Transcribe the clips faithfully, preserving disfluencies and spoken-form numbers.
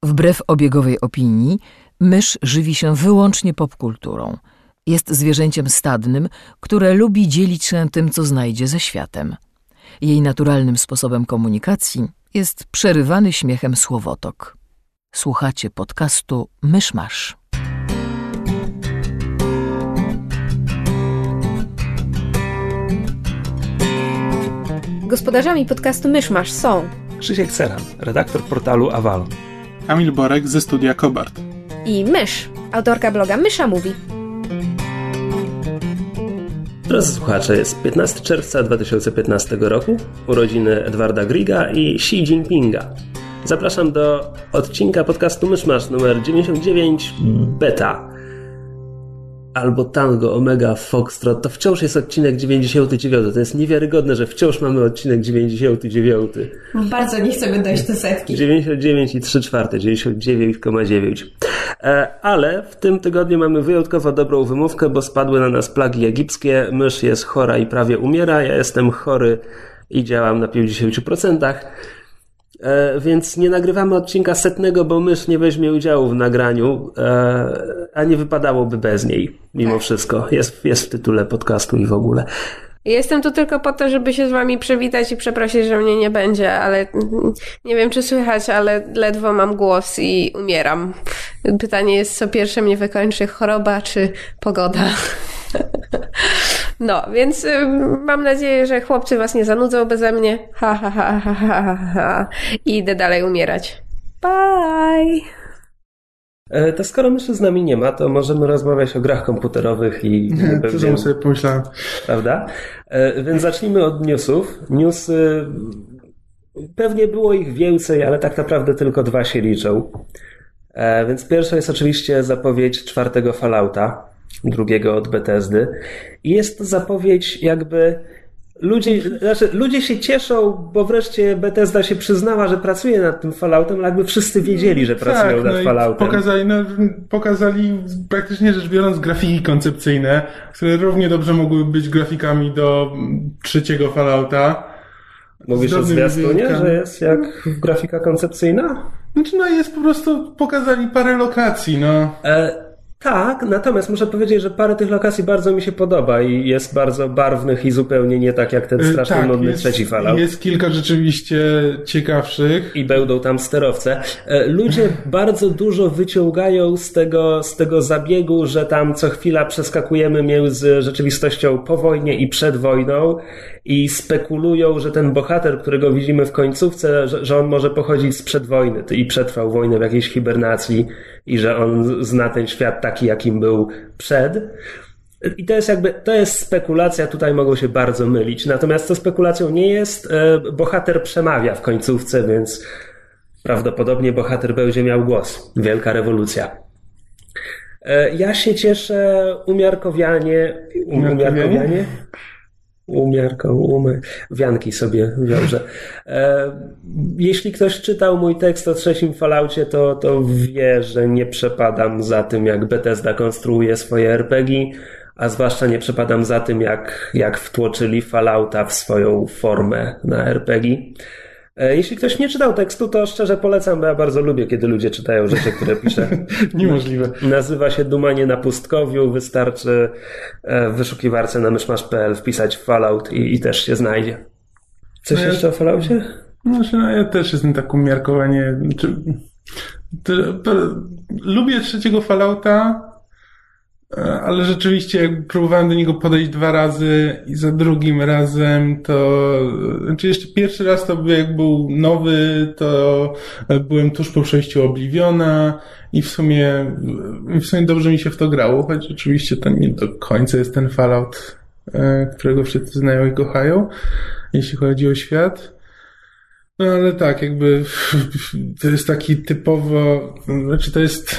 Wbrew obiegowej opinii, mysz żywi się wyłącznie popkulturą. Jest zwierzęciem stadnym, które lubi dzielić się tym, co znajdzie ze światem. Jej naturalnym sposobem komunikacji jest przerywany śmiechem słowotok. Słuchacie podcastu Mysz Masz. Gospodarzami podcastu Mysz Masz są Krzysiek Ceran, redaktor portalu Avalon, Kamil Borek ze studia Kobart i Mysz, autorka bloga Mysza Mówi. Drodzy słuchacze, jest piętnastego czerwca dwa tysiące piętnastego roku, urodziny Edwarda Grigga i Xi Jinpinga. Zapraszam do odcinka podcastu Mysz Masz numer dziewięćdziesiąt dziewięć Beta. Albo Tango, Omega, Foxtrot. To wciąż jest odcinek dziewięćdziesiąty dziewiąty. To jest niewiarygodne, że wciąż mamy odcinek dziewięćdziesiąty dziewiąty. Bardzo nie chcemy dojść do setki. dziewięćdziesiąt dziewięć i trzy czwarte, dziewięćdziesiąt dziewięć przecinek dziewięć. Ale w tym tygodniu mamy wyjątkowo dobrą wymówkę, bo spadły na nas plagi egipskie. Mysz jest chora i prawie umiera. Ja jestem chory i działam na pięćdziesiąt procent. E, więc nie nagrywamy odcinka setnego, bo mysz nie weźmie udziału w nagraniu, e, a nie wypadałoby bez niej, mimo tak. wszystko. Jest, jest w tytule podcastu i w ogóle. Jestem tu tylko po to, żeby się z wami przywitać i przeprosić, że mnie nie będzie, ale nie wiem, czy słychać, ale ledwo mam głos i umieram. Pytanie jest, co pierwsze mnie wykończy, choroba czy pogoda? No, więc y, mam nadzieję, że chłopcy was nie zanudzą beze mnie. Ha, ha, ha, ha, ha, ha. I idę dalej umierać. Bye! E, to skoro myszy z nami nie ma, to możemy rozmawiać o grach komputerowych i... Co sobie pomyślałem. Prawda? E, więc zacznijmy od newsów. Newsy... Pewnie było ich więcej, ale tak naprawdę tylko dwa się liczą. E, więc pierwsza jest oczywiście zapowiedź czwartego Fallouta. Drugiego od Bethesdy. I jest to zapowiedź jakby... Ludzie, znaczy, ludzie się cieszą, bo wreszcie Bethesda się przyznała, że pracuje nad tym Falloutem, ale jakby wszyscy wiedzieli, że pracują tak, nad no Falloutem. Pokazali, no, pokazali praktycznie rzecz biorąc grafiki koncepcyjne, które równie dobrze mogłyby być grafikami do trzeciego Fallouta. Mówisz o zwiastunie, że jest jak grafika koncepcyjna? Znaczy no jest po prostu, pokazali parę lokacji, no. E- Tak, natomiast muszę powiedzieć, że parę tych lokacji bardzo mi się podoba i jest bardzo barwnych i zupełnie nie tak jak ten strasznie tak, nudny jest, trzeci Fallout. Jest kilka rzeczywiście ciekawszych. I będą tam sterowce. Ludzie bardzo dużo wyciągają z tego, z tego zabiegu, że tam co chwila przeskakujemy między rzeczywistością po wojnie i przed wojną i spekulują, że ten bohater, którego widzimy w końcówce, że, że on może pochodzić sprzed wojny i przetrwał wojnę w jakiejś hibernacji i że on zna ten świat taki, jakim był przed. I to jest jakby, to jest spekulacja, tutaj mogą się bardzo mylić. Natomiast to spekulacją nie jest, bohater przemawia w końcówce, więc prawdopodobnie bohater będzie miał głos. Wielka rewolucja. Ja się cieszę umiarkowianie, umiarkowianie? Umiarką, umy, wianki sobie wiąże. E, jeśli ktoś czytał mój tekst o trzecim Falloutie, to, to wie, że nie przepadam za tym, jak Bethesda konstruuje swoje er pe gie, a zwłaszcza nie przepadam za tym, jak, jak wtłoczyli Fallouta w swoją formę na er pe gie. E, jeśli ktoś nie czytał tekstu, to szczerze polecam, bo ja bardzo lubię, kiedy ludzie czytają rzeczy, które piszę. Niemożliwe. Nazywa się Dumanie na pustkowiu. Wystarczy w wyszukiwarce na myszmasz kropka pe el wpisać Fallout i, i też się znajdzie. Coś no jeszcze ja, o Falloutie? Znaczy, no ja też jestem tak umiarkowanie... Czy, to, to, lubię trzeciego Fallouta, ale rzeczywiście próbowałem do niego podejść dwa razy i za drugim razem to... Znaczy jeszcze pierwszy raz to jak był nowy, to byłem tuż po przejściu Obliviona i w sumie, w sumie dobrze mi się w to grało, choć oczywiście to nie do końca jest ten Fallout, którego wszyscy znają i kochają, jeśli chodzi o świat. No ale tak, jakby to jest taki typowo... Znaczy to jest...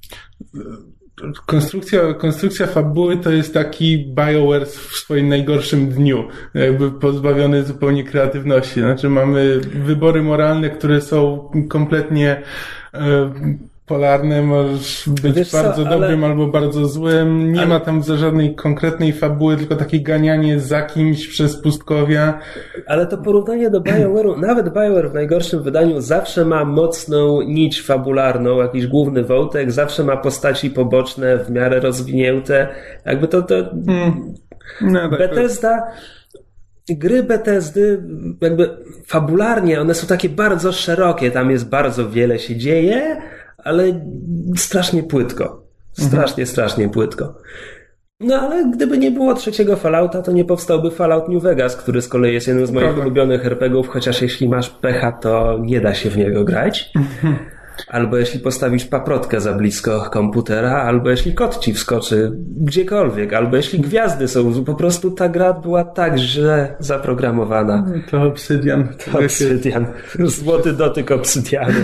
Konstrukcja, konstrukcja fabuły to jest taki BioWare w swoim najgorszym dniu, jakby pozbawiony zupełnie kreatywności. Znaczy mamy wybory moralne, które są kompletnie e, polarne, możesz być Wiesz co, bardzo ale- dobrym albo bardzo złym. Nie Ale- ma tam za żadnej konkretnej fabuły, tylko takie ganianie za kimś przez pustkowia. Ale to porównanie do BioWare'u, nawet BioWare w najgorszym wydaniu zawsze ma mocną nić fabularną, jakiś główny wątek, zawsze ma postaci poboczne w miarę rozwinięte. Jakby to... to... Hmm. No, tak, Bethesda... Gry Bethesdy, jakby fabularnie, one są takie bardzo szerokie, tam jest bardzo wiele się dzieje, ale strasznie płytko. Strasznie, strasznie płytko. No ale gdyby nie było trzeciego Fallouta, to nie powstałby Fallout New Vegas, który z kolei jest jednym z moich Prawda. ulubionych er pe gie ów, chociaż jeśli masz pecha, to nie da się w niego grać. Albo jeśli postawisz paprotkę za blisko komputera, albo jeśli kot ci wskoczy gdziekolwiek, albo jeśli gwiazdy są, po prostu ta gra była tak źle zaprogramowana. To Obsydian. Obsydian. Złoty dotyk obsydianu.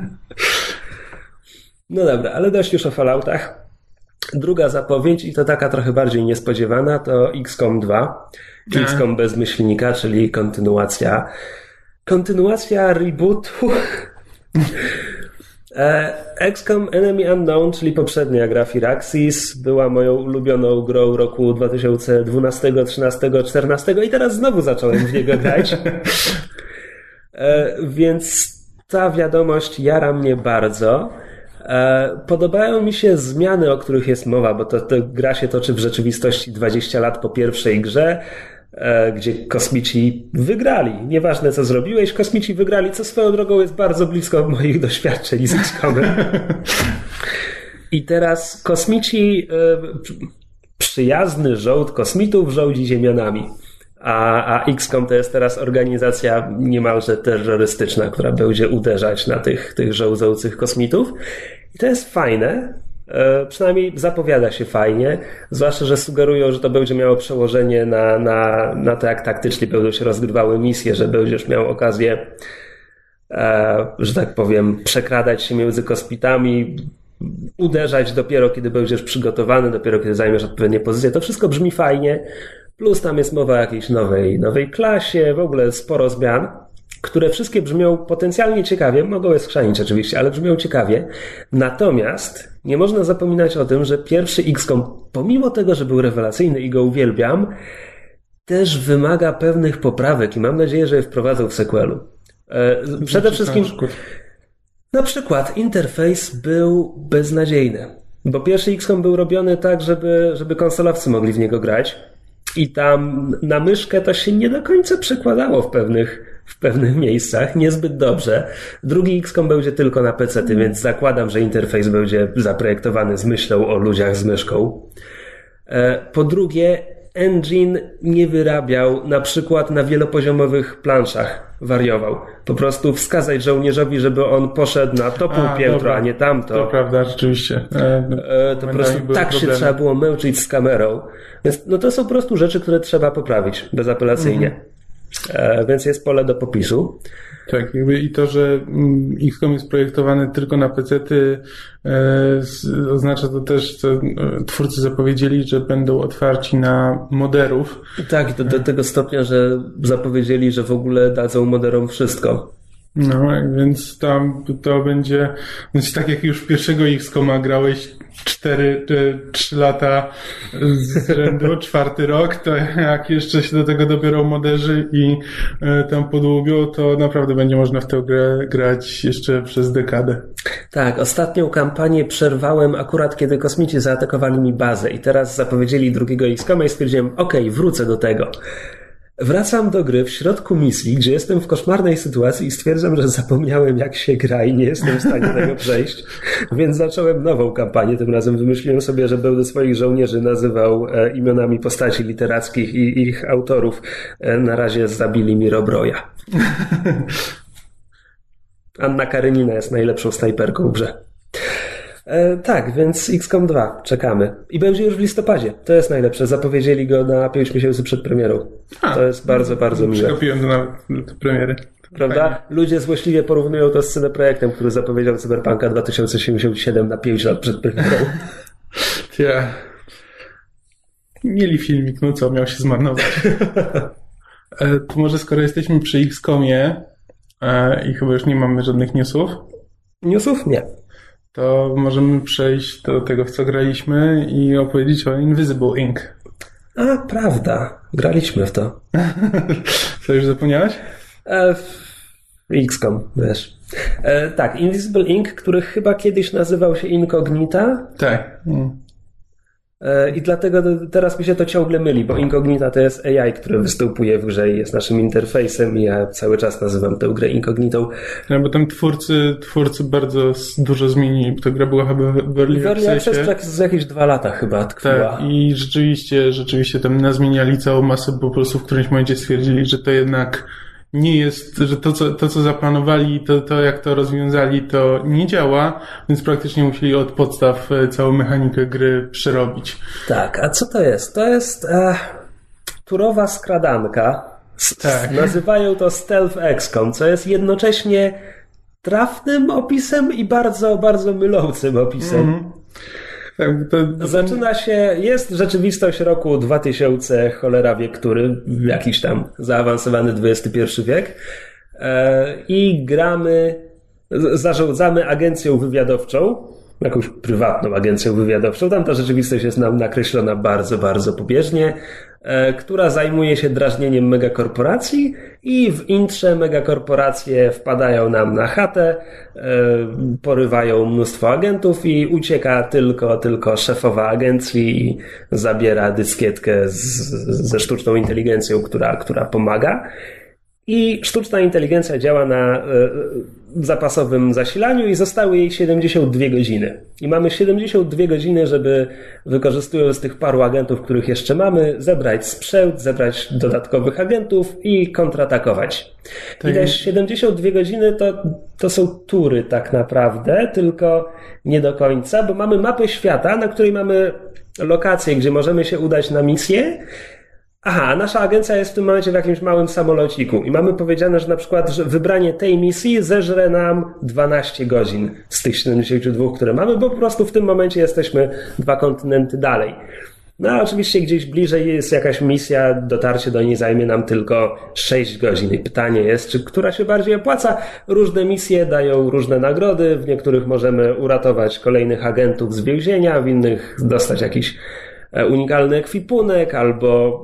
No dobra, ale dość już o Falloutach. Druga zapowiedź, i to taka trochę bardziej niespodziewana, to X COM dwa. Tak. X COM bez myślnika, czyli kontynuacja. Kontynuacja rebootu. E, X COM Enemy Unknown, czyli poprzednia gra Firaxis, była moją ulubioną grą roku dwa tysiące dwunastego, trzynastego, czternastego i teraz znowu zacząłem w niego grać. E, więc ta wiadomość jara mnie bardzo. E, podobają mi się zmiany, o których jest mowa, bo to, to gra się toczy w rzeczywistości dwadzieścia lat po pierwszej grze, e, gdzie kosmici wygrali. Nieważne co zrobiłeś, kosmici wygrali, co swoją drogą jest bardzo blisko moich doświadczeń z X COMem. I teraz kosmici, e, przyjazny żołd kosmitów żołdzi ziemianami. A, a X COM to jest teraz organizacja niemalże terrorystyczna, która będzie uderzać na tych, tych żołdzących kosmitów. I to jest fajne. E, przynajmniej zapowiada się fajnie. Zwłaszcza, że sugerują, że to będzie miało przełożenie na, na, na to, jak taktycznie będą się rozgrywały misje, że będziesz miał okazję, e, że tak powiem, przekradać się między kosmitami, uderzać dopiero, kiedy będziesz przygotowany, dopiero, kiedy zajmiesz odpowiednie pozycje. To wszystko brzmi fajnie. Plus tam jest mowa o jakiejś nowej, nowej klasie, w ogóle sporo zmian, które wszystkie brzmią potencjalnie ciekawie, mogą je skrzanić oczywiście, ale brzmią ciekawie. Natomiast nie można zapominać o tym, że pierwszy X COM, pomimo tego, że był rewelacyjny i go uwielbiam, też wymaga pewnych poprawek i mam nadzieję, że je wprowadzą w sequelu. E, przede wszystkim, na przykład interfejs był beznadziejny, bo pierwszy X COM był robiony tak, żeby, żeby konsolowcy mogli w niego grać. I tam na myszkę to się nie do końca przekładało w pewnych, w pewnych miejscach, niezbyt dobrze. Drugi X COM będzie tylko na pecety, więc zakładam, że interfejs będzie zaprojektowany z myślą o ludziach z myszką. Po drugie, engine nie wyrabiał na przykład na wielopoziomowych planszach, wariował. Po prostu wskazać żołnierzowi, żeby on poszedł na to pół piętro, a nie tamto. To prawda, rzeczywiście. E, to po prostu tak się trzeba było męczyć z kamerą. Więc no to są po prostu rzeczy, które trzeba poprawić bezapelacyjnie. Mhm. E, więc jest pole do popisu. Tak, jakby i to, że X COM jest projektowany tylko na pecety, e, oznacza to też, że twórcy zapowiedzieli, że będą otwarci na moderów. Tak, do, do tego stopnia, że zapowiedzieli, że w ogóle dadzą moderom wszystko. No, więc tam to będzie, więc tak jak już pierwszego X COMa grałeś cztery czy trzy lata z rzędu, czwarty rok, to jak jeszcze się do tego dobiorą moderzy i e, tam podłubią, to naprawdę będzie można w tę grę grać jeszcze przez dekadę. Tak, ostatnią kampanię przerwałem akurat, kiedy kosmici zaatakowali mi bazę i teraz zapowiedzieli drugiego X COMa i stwierdziłem, okej, okay, wrócę do tego. Wracam do gry w środku misji, gdzie jestem w koszmarnej sytuacji i stwierdzam, że zapomniałem jak się gra i nie jestem w stanie tego przejść, więc zacząłem nową kampanię. Tym razem wymyśliłem sobie, że będę swoich żołnierzy nazywał e, imionami postaci literackich i ich autorów. E, na razie zabili mi Robroja. Anna Karenina jest najlepszą snajperką w grze. E, tak, więc X COM dwa czekamy. I będzie już w listopadzie. To jest najlepsze. Zapowiedzieli go na pięć miesięcy przed premierą. A, to jest bardzo, bardzo miłe. Przegapiłem to nawet do premiery. Prawda? Fajnie. Ludzie złośliwie porównują to z C D Projektem, który zapowiedział Cyberpunka dwa tysiące siedemdziesiąt siedem na pięć lat przed premierą. Ja. Mieli filmik, no co, miał się zmarnować. e, to może skoro jesteśmy przy X COMie e, i chyba już nie mamy żadnych newsów. Newsów? Nie. to możemy przejść do tego, w co graliśmy i opowiedzieć o Invisible Inc. A, prawda. Graliśmy w to. Co, już zapomniałeś? E, X COM, wiesz. E, tak, Invisible Inc., który chyba kiedyś nazywał się Incognita. Tak. Mm. E, I dlatego teraz mi się to ciągle myli, bo Incognita to jest A I, który występuje w grze i jest naszym interfejsem i ja cały czas nazywam tę grę Incognitą. No, bo tam twórcy, twórcy bardzo dużo zmienili, bo ta gra była chyba w Early Accessie. Przez jakieś dwa lata chyba tkwiła. Tak, i rzeczywiście, rzeczywiście tam nazmieniali całą masę, po prostu w którymś momencie stwierdzili, że to jednak nie jest, że to co, to, co zaplanowali, to, to jak to rozwiązali, to nie działa, więc praktycznie musieli od podstaw całą mechanikę gry przerobić. Tak, a co to jest? To jest e, turowa skradanka. S- tak. Nazywają to Stealth X COM, co jest jednocześnie trafnym opisem i bardzo, bardzo mylącym opisem. Mm-hmm. Tak, to... Zaczyna się, jest rzeczywistość roku dwa tysiące, cholera wie który, jakiś tam zaawansowany dwudziesty pierwszy wiek e, i gramy, zarządzamy agencją wywiadowczą, jakąś prywatną agencją wywiadowczą, tam ta rzeczywistość jest nam nakreślona bardzo, bardzo pobieżnie, e, która zajmuje się drażnieniem megakorporacji i w intrze megakorporacje wpadają nam na chatę, e, porywają mnóstwo agentów i ucieka tylko, tylko szefowa agencji i zabiera dyskietkę z, ze sztuczną inteligencją, która, która pomaga. I sztuczna inteligencja działa na e, zapasowym zasilaniu i zostały jej siedemdziesiąt dwie godziny. I mamy siedemdziesiąt dwie godziny, żeby wykorzystując tych paru agentów, których jeszcze mamy, zebrać sprzęt, zebrać dodatkowych agentów i kontratakować. I te siedemdziesiąt dwie godziny to, to są tury tak naprawdę, tylko nie do końca, bo mamy mapę świata, na której mamy lokację, gdzie możemy się udać na misję. Aha, nasza agencja jest w tym momencie w jakimś małym samolociku i mamy powiedziane, że na przykład że wybranie tej misji zeżre nam dwanaście godzin z tych siedemdziesięciu dwóch, które mamy, bo po prostu w tym momencie jesteśmy dwa kontynenty dalej. No a oczywiście gdzieś bliżej jest jakaś misja, dotarcie do niej zajmie nam tylko sześć godzin i pytanie jest, czy która się bardziej opłaca. Różne misje dają różne nagrody, w niektórych możemy uratować kolejnych agentów z więzienia, w innych dostać jakiś unikalny ekwipunek albo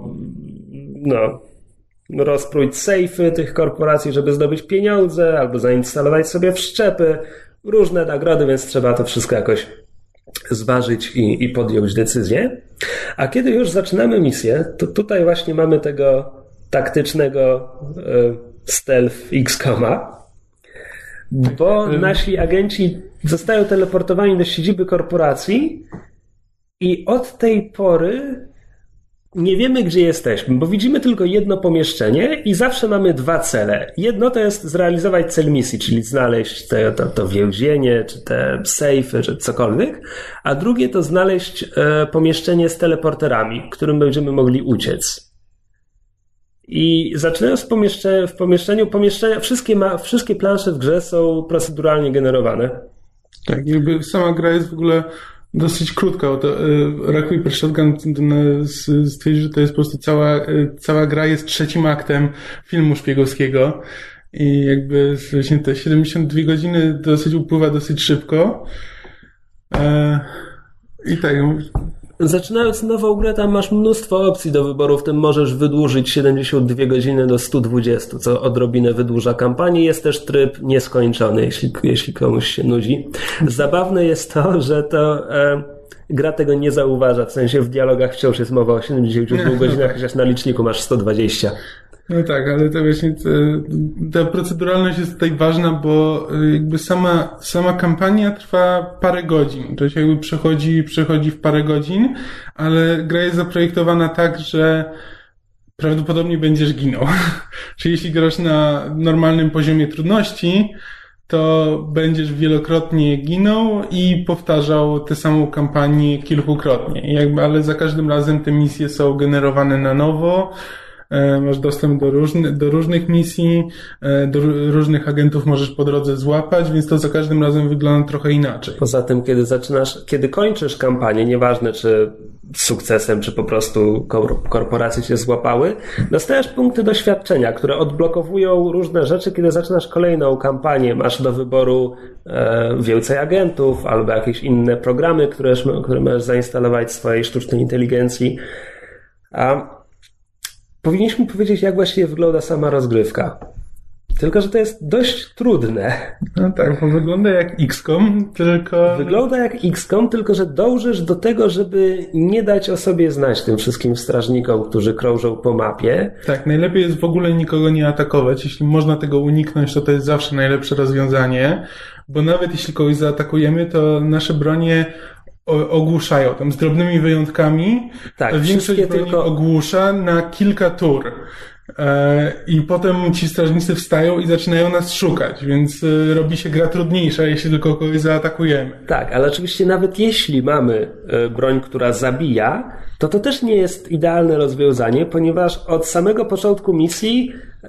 no, rozpróć sejfy tych korporacji, żeby zdobyć pieniądze albo zainstalować sobie wszczepy. Różne nagrody, więc trzeba to wszystko jakoś zważyć i, i podjąć decyzję. A kiedy już zaczynamy misję, to tutaj właśnie mamy tego taktycznego y, stealth X COMa, bo nasi agenci zostają teleportowani do siedziby korporacji i od tej pory nie wiemy, gdzie jesteśmy, bo widzimy tylko jedno pomieszczenie i zawsze mamy dwa cele. Jedno to jest zrealizować cel misji, czyli znaleźć te, to, to więzienie, czy te sejfy, czy cokolwiek, a drugie to znaleźć e, pomieszczenie z teleporterami, w którym będziemy mogli uciec. I zaczynając w, pomieszcze, w pomieszczeniu, pomieszczenia, wszystkie, ma, wszystkie plansze w grze są proceduralnie generowane. Tak, jakby sama gra jest w ogóle dosyć krótka. Oto Rock Paper Shotgun stwierdził, że to jest po prostu cała, cała gra jest trzecim aktem filmu szpiegowskiego i jakby właśnie te siedemdziesiąt dwie godziny dosyć upływa dosyć szybko. I tak. Zaczynając nową grę, tam masz mnóstwo opcji do wyboru, w tym możesz wydłużyć siedemdziesiąt dwie godziny do sto dwadzieścia, co odrobinę wydłuża kampanię. Jest też tryb nieskończony, jeśli, jeśli komuś się nudzi. Zabawne jest to, że to e, gra tego nie zauważa, w sensie w dialogach wciąż jest mowa o siedemdziesięciu dwóch godzinach, chociaż na liczniku masz sto dwadzieścia. No tak, ale to właśnie ta proceduralność jest tutaj ważna, bo jakby sama, sama kampania trwa parę godzin. To się jakby przechodzi, przechodzi w parę godzin, ale gra jest zaprojektowana tak, że prawdopodobnie będziesz ginął. Czyli jeśli grasz na normalnym poziomie trudności, to będziesz wielokrotnie ginął i powtarzał tę samą kampanię kilkukrotnie. I jakby, ale za każdym razem te misje są generowane na nowo. Masz dostęp do, różny, do różnych misji, do różnych agentów możesz po drodze złapać, więc to za każdym razem wygląda trochę inaczej. Poza tym, kiedy zaczynasz, kiedy kończysz kampanię, nieważne czy sukcesem, czy po prostu korporacje cię złapały, dostajesz punkty doświadczenia, które odblokowują różne rzeczy, kiedy zaczynasz kolejną kampanię, masz do wyboru e, więcej agentów albo jakieś inne programy, które, które możesz zainstalować w swojej sztucznej inteligencji. A powinniśmy powiedzieć, jak właściwie wygląda sama rozgrywka. Tylko że to jest dość trudne. No tak, bo wygląda jak X COM, tylko... Wygląda jak X COM, tylko że dążysz do tego, żeby nie dać o sobie znać tym wszystkim strażnikom, którzy krążą po mapie. Tak, najlepiej jest w ogóle nikogo nie atakować. Jeśli można tego uniknąć, to to jest zawsze najlepsze rozwiązanie, bo nawet jeśli kogoś zaatakujemy, to nasze bronie ogłuszają, tam z drobnymi wyjątkami. Tak, większość broni tylko... ogłusza na kilka tur. I potem ci strażnicy wstają i zaczynają nas szukać, więc robi się gra trudniejsza, jeśli tylko kogoś zaatakujemy. Tak, ale oczywiście nawet jeśli mamy broń, która zabija, to to też nie jest idealne rozwiązanie, ponieważ od samego początku misji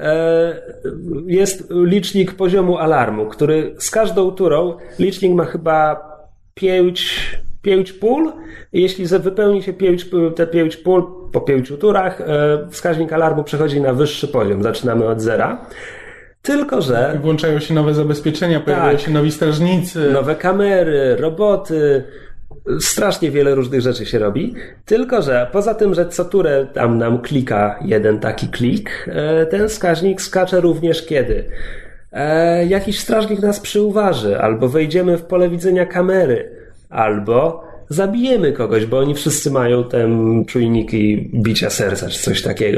jest licznik poziomu alarmu, który z każdą turą, licznik ma chyba pięć pięć pól i jeśli wypełni się pięć, te pięć pól po pięciu turach, wskaźnik alarmu przechodzi na wyższy poziom. Zaczynamy od zera. Tylko że... Włączają się nowe zabezpieczenia, pojawiają tak, się nowi strażnicy. Nowe kamery, roboty, strasznie wiele różnych rzeczy się robi. Tylko że poza tym, że co turę tam nam klika jeden taki klik, ten wskaźnik skacze również kiedy jakiś strażnik nas przyuważy, albo wejdziemy w pole widzenia kamery, albo zabijemy kogoś, bo oni wszyscy mają ten czujniki bicia serca, czy coś takiego.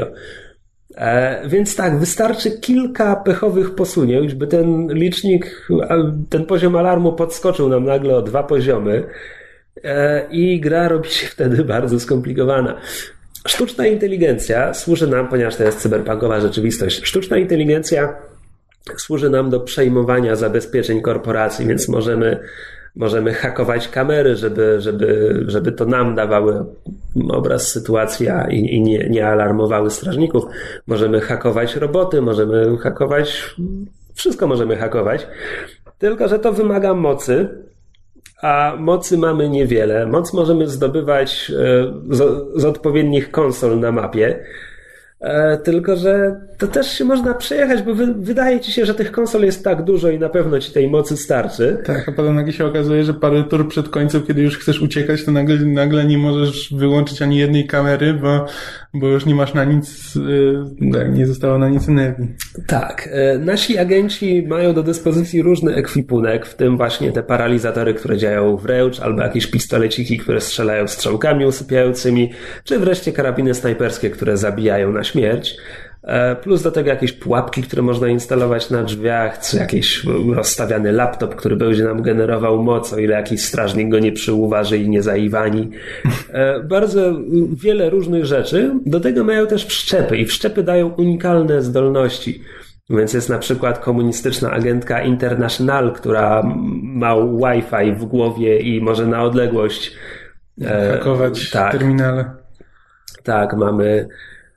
E, więc tak, wystarczy kilka pechowych posunięć, by ten licznik, ten poziom alarmu podskoczył nam nagle o dwa poziomy e, i gra robi się wtedy bardzo skomplikowana. Sztuczna inteligencja służy nam, ponieważ to jest cyberpunkowa rzeczywistość, sztuczna inteligencja służy nam do przejmowania zabezpieczeń korporacji, więc możemy Możemy hakować kamery, żeby, żeby, żeby to nam dawały obraz sytuacji a i, i nie, nie alarmowały strażników. Możemy hakować roboty, możemy hakować, wszystko możemy hakować. Tylko że to wymaga mocy, a mocy mamy niewiele. Moc możemy zdobywać z, z odpowiednich konsol na mapie. E, tylko że to też się można przejechać, bo wy, wydaje ci się, że tych konsol jest tak dużo i na pewno ci tej mocy starczy. Tak, a potem nagle się okazuje, że parę tur przed końcem, kiedy już chcesz uciekać, to nagle, nagle nie możesz wyłączyć ani jednej kamery, bo, bo już nie masz na nic, yy, nie zostało na nic energii. Tak, e, nasi agenci mają do dyspozycji różny ekwipunek, w tym właśnie te paralizatory, które działają wręcz, albo jakieś pistoleciki, które strzelają strzałkami usypiającymi, czy wreszcie karabiny snajperskie, które zabijają na śmierć. Plus do tego jakieś pułapki, które można instalować na drzwiach, czy jakiś rozstawiany laptop, który będzie nam generował moc, o ile jakiś strażnik go nie przyuważy i nie zaiwani. Bardzo wiele różnych rzeczy. Do tego mają też wszczepy i wszczepy dają unikalne zdolności. Więc jest na przykład komunistyczna agentka International, która ma Wi-Fi w głowie i może na odległość hakować tak, terminale. Tak, mamy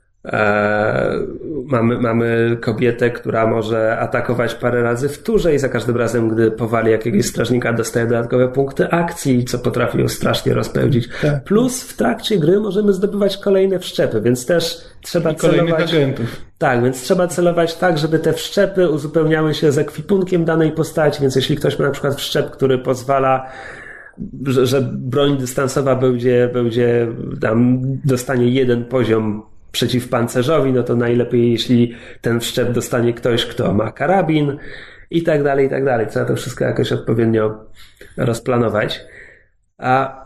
E, mamy, mamy kobietę, która może atakować parę razy w turze i za każdym razem, gdy powali jakiegoś strażnika, dostaje dodatkowe punkty akcji, co potrafi ją strasznie rozpędzić. Tak. Plus w trakcie gry możemy zdobywać kolejne wszczepy, więc też trzeba I kolejnych celować. agentów. Tak, więc trzeba celować tak, żeby te wszczepy uzupełniały się z ekwipunkiem danej postaci, więc jeśli ktoś ma na przykład wszczep, który pozwala że, że broń dystansowa będzie, będzie tam dostanie jeden poziom przeciwpancerzowi, no to najlepiej, jeśli ten wszczep dostanie ktoś, kto ma karabin i tak dalej, i tak dalej. Trzeba to wszystko jakoś odpowiednio rozplanować. A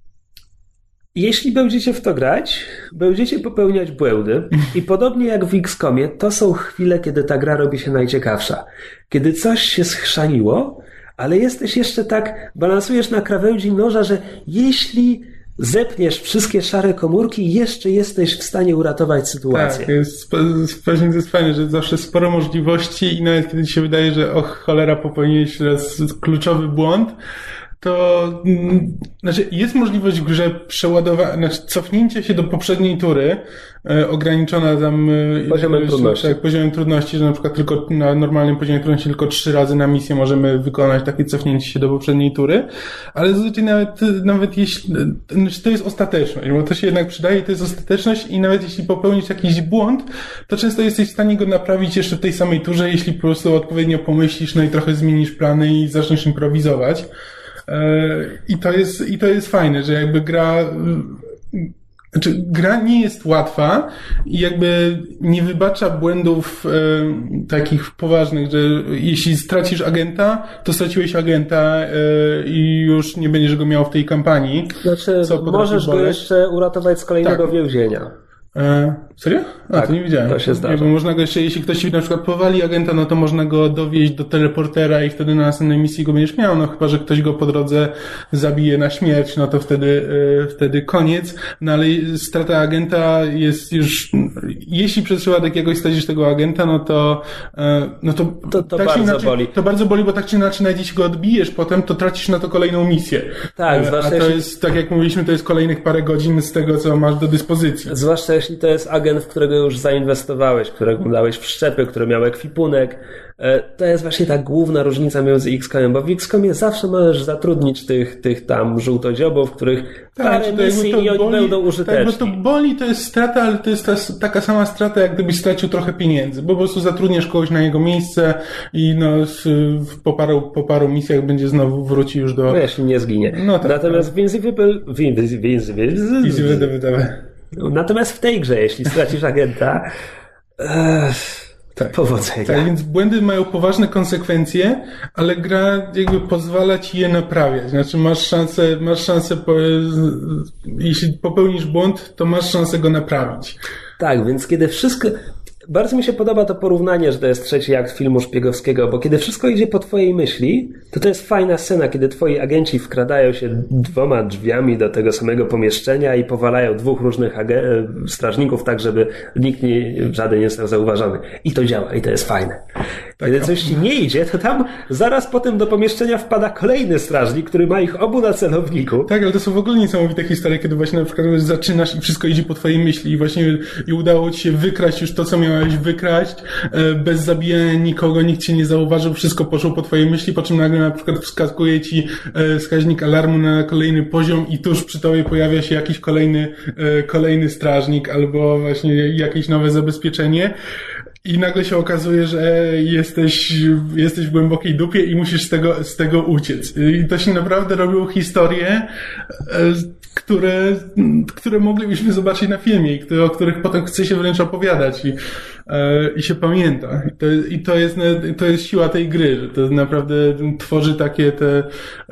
jeśli będziecie w to grać, będziecie popełniać błędy i podobnie jak w X COMie, to są chwile, kiedy ta gra robi się najciekawsza. Kiedy coś się schrzaniło, ale jesteś jeszcze tak, balansujesz na krawędzi noża, że jeśli zepniesz wszystkie szare komórki, jeszcze jesteś w stanie uratować sytuację. Tak, jest, pewnie to jest fajne, że zawsze sporo możliwości i nawet kiedy ci się wydaje, że och, cholera, popełniłeś raz kluczowy błąd, to mm, znaczy jest możliwość w grze przeładowania, znaczy cofnięcia się do poprzedniej tury, e, ograniczona tam e, poziomem trudności. Tak, poziomem trudności, że na przykład tylko na normalnym poziomie trudności tylko trzy razy na misję możemy wykonać takie cofnięcie się do poprzedniej tury, ale zazwyczaj nawet, nawet jeśli, znaczy to jest ostateczność, bo to się jednak przydaje, to jest ostateczność i nawet jeśli popełnisz jakiś błąd, to często jesteś w stanie go naprawić jeszcze w tej samej turze, jeśli po prostu odpowiednio pomyślisz, no i trochę zmienisz plany i zaczniesz improwizować. I to jest, i to jest fajne, że jakby gra, znaczy gra nie jest łatwa i jakby nie wybacza błędów e, takich poważnych, że jeśli stracisz agenta, to straciłeś agenta e, i już nie będziesz go miał w tej kampanii. Znaczy, możesz boleć. Go jeszcze uratować z kolejnego tak. więzienia. E, serio? A, tak, to nie wiedziałem. To się zdarza. Jakby można go jeszcze, jeśli ktoś ci na przykład powali agenta, no to można go dowieźć do teleportera i wtedy na następnej misji go będziesz miał, no chyba, że ktoś go po drodze zabije na śmierć, no to wtedy, e, wtedy koniec. No ale strata agenta jest już, jeśli przez przypadek jakoś stracisz tego agenta, no to, e, no to, to, to tak bardzo inaczej, boli. To bardzo boli, bo tak czy inaczej, nawet jeśli go odbijesz potem, to tracisz na to kolejną misję. Tak, e, zwłaszcza a to jeśli... jest, tak jak mówiliśmy, to jest kolejnych parę godzin z tego, co masz do dyspozycji. Zwłaszcza jeśli to jest agent, w którego już zainwestowałeś, którego dałeś w szczepy, który miał ekwipunek. To jest właśnie ta główna różnica między X COM-em, bo w X COM-ie zawsze możesz zatrudnić tych, tych tam żółtodziobów, których tak, parę misji i oni boli, będą użyteczni. Tak, bo to boli, to jest strata, ale to jest ta, taka sama strata, jak gdybyś stracił trochę pieniędzy, bo po prostu zatrudniasz kogoś na jego miejsce i no w, po, paru, po paru misjach będzie znowu wróci już do... No jeśli nie zginie. No tak, Natomiast tak. w Invincible... W Invincible... Natomiast w tej grze, jeśli stracisz agenta... Ee... Tak. Powodzenia. Tak, więc błędy mają poważne konsekwencje, ale gra jakby pozwala ci je naprawiać. Znaczy masz szansę, masz szansę, po, jeśli popełnisz błąd, to masz szansę go naprawić. Tak, więc kiedy wszystko... Bardzo mi się podoba to porównanie, że to jest trzeci akt filmu szpiegowskiego, bo kiedy wszystko idzie po twojej myśli, to to jest fajna scena, kiedy twoi agenci wkradają się dwoma drzwiami do tego samego pomieszczenia i powalają dwóch różnych ag- strażników tak, żeby nikt nie, żaden nie został zauważony. I to działa, i to jest fajne. Kiedy coś ci nie idzie, to tam zaraz potem do pomieszczenia wpada kolejny strażnik, który ma ich obu na celowniku. Tak, ale to są w ogóle niesamowite historie, kiedy właśnie na przykład zaczynasz i wszystko idzie po twojej myśli i właśnie i udało ci się wykraść już to, co miałeś wykraść, bez zabijania nikogo, nikt cię nie zauważył, wszystko poszło po twojej myśli, po czym nagle na przykład wskakuje ci wskaźnik alarmu na kolejny poziom i tuż przy tobie pojawia się jakiś kolejny, kolejny strażnik albo właśnie jakieś nowe zabezpieczenie. I nagle się okazuje, że jesteś, jesteś w głębokiej dupie i musisz z tego, z tego uciec. I to się naprawdę robią historie, które, które moglibyśmy zobaczyć na filmie i które, o których potem chce się wręcz opowiadać i, i się pamięta. I to, i to jest, to jest siła tej gry, że to naprawdę tworzy takie te,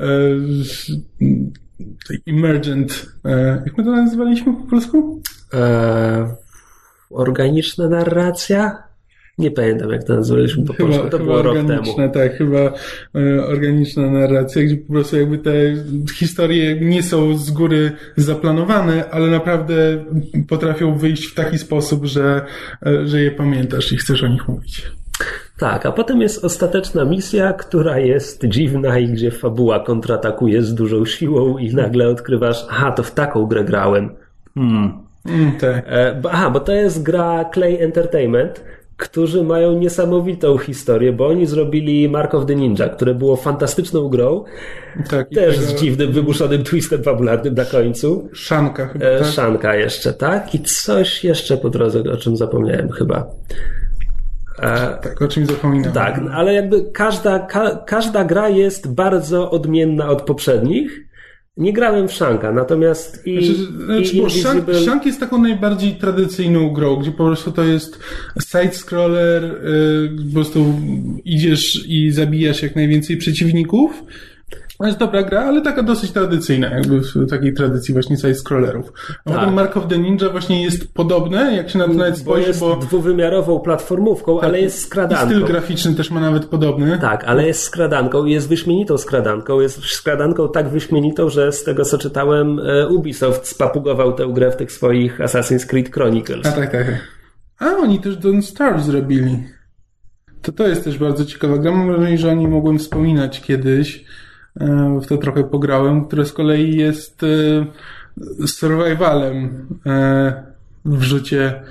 emergent, jak my to nazywaliśmy po polsku? Eee, organiczna narracja? Nie pamiętam, jak to nazwaliśmy po polsku, to chyba było rok temu. Tak, chyba e, organiczna narracja, gdzie po prostu jakby te historie nie są z góry zaplanowane, ale naprawdę potrafią wyjść w taki sposób, że, e, że je pamiętasz i chcesz o nich mówić. Tak, a potem jest ostateczna misja, która jest dziwna i gdzie fabuła kontratakuje z dużą siłą i nagle odkrywasz, aha, to w taką grę grałem. Hmm. Mm, tak. E, bo, aha, bo to jest gra Clay Entertainment, którzy mają niesamowitą historię, bo oni zrobili Mark of the Ninja, które było fantastyczną grą, tak, też tego... z dziwnym, wymuszonym twistem fabularnym na końcu. Szanka chyba, e, tak? Szanka jeszcze, tak? I coś jeszcze po drodze, o czym zapomniałem chyba. E, tak, o czym zapominam. Tak, ale jakby każda, ka, każda gra jest bardzo odmienna od poprzednich. Nie grałem w Shanka, natomiast i, znaczy, znaczy, i bo Shank, Shank jest taką najbardziej tradycyjną grą, gdzie po prostu to jest side-scroller, yy, po prostu idziesz i zabijasz jak najwięcej przeciwników. To jest dobra gra, ale taka dosyć tradycyjna, jakby w takiej tradycji właśnie side-scrollerów. A tak. Potem Mark of the Ninja właśnie jest podobne, jak się na to nawet spojrzy, bo... jest bo... dwuwymiarową platformówką, tak, ale jest skradanką. I styl graficzny też ma nawet podobny. Tak, ale jest skradanką i jest wyśmienitą skradanką. Jest skradanką tak wyśmienitą, że z tego co czytałem, Ubisoft spapugował tę grę w tych swoich Assassin's Creed Chronicles. A tak, tak. A oni też Don't Starve zrobili. To to jest też bardzo ciekawa gra. Mam wrażenie, że o niej mogłem wspominać kiedyś. w to trochę pograłem, które z kolei jest survivalem w rzucie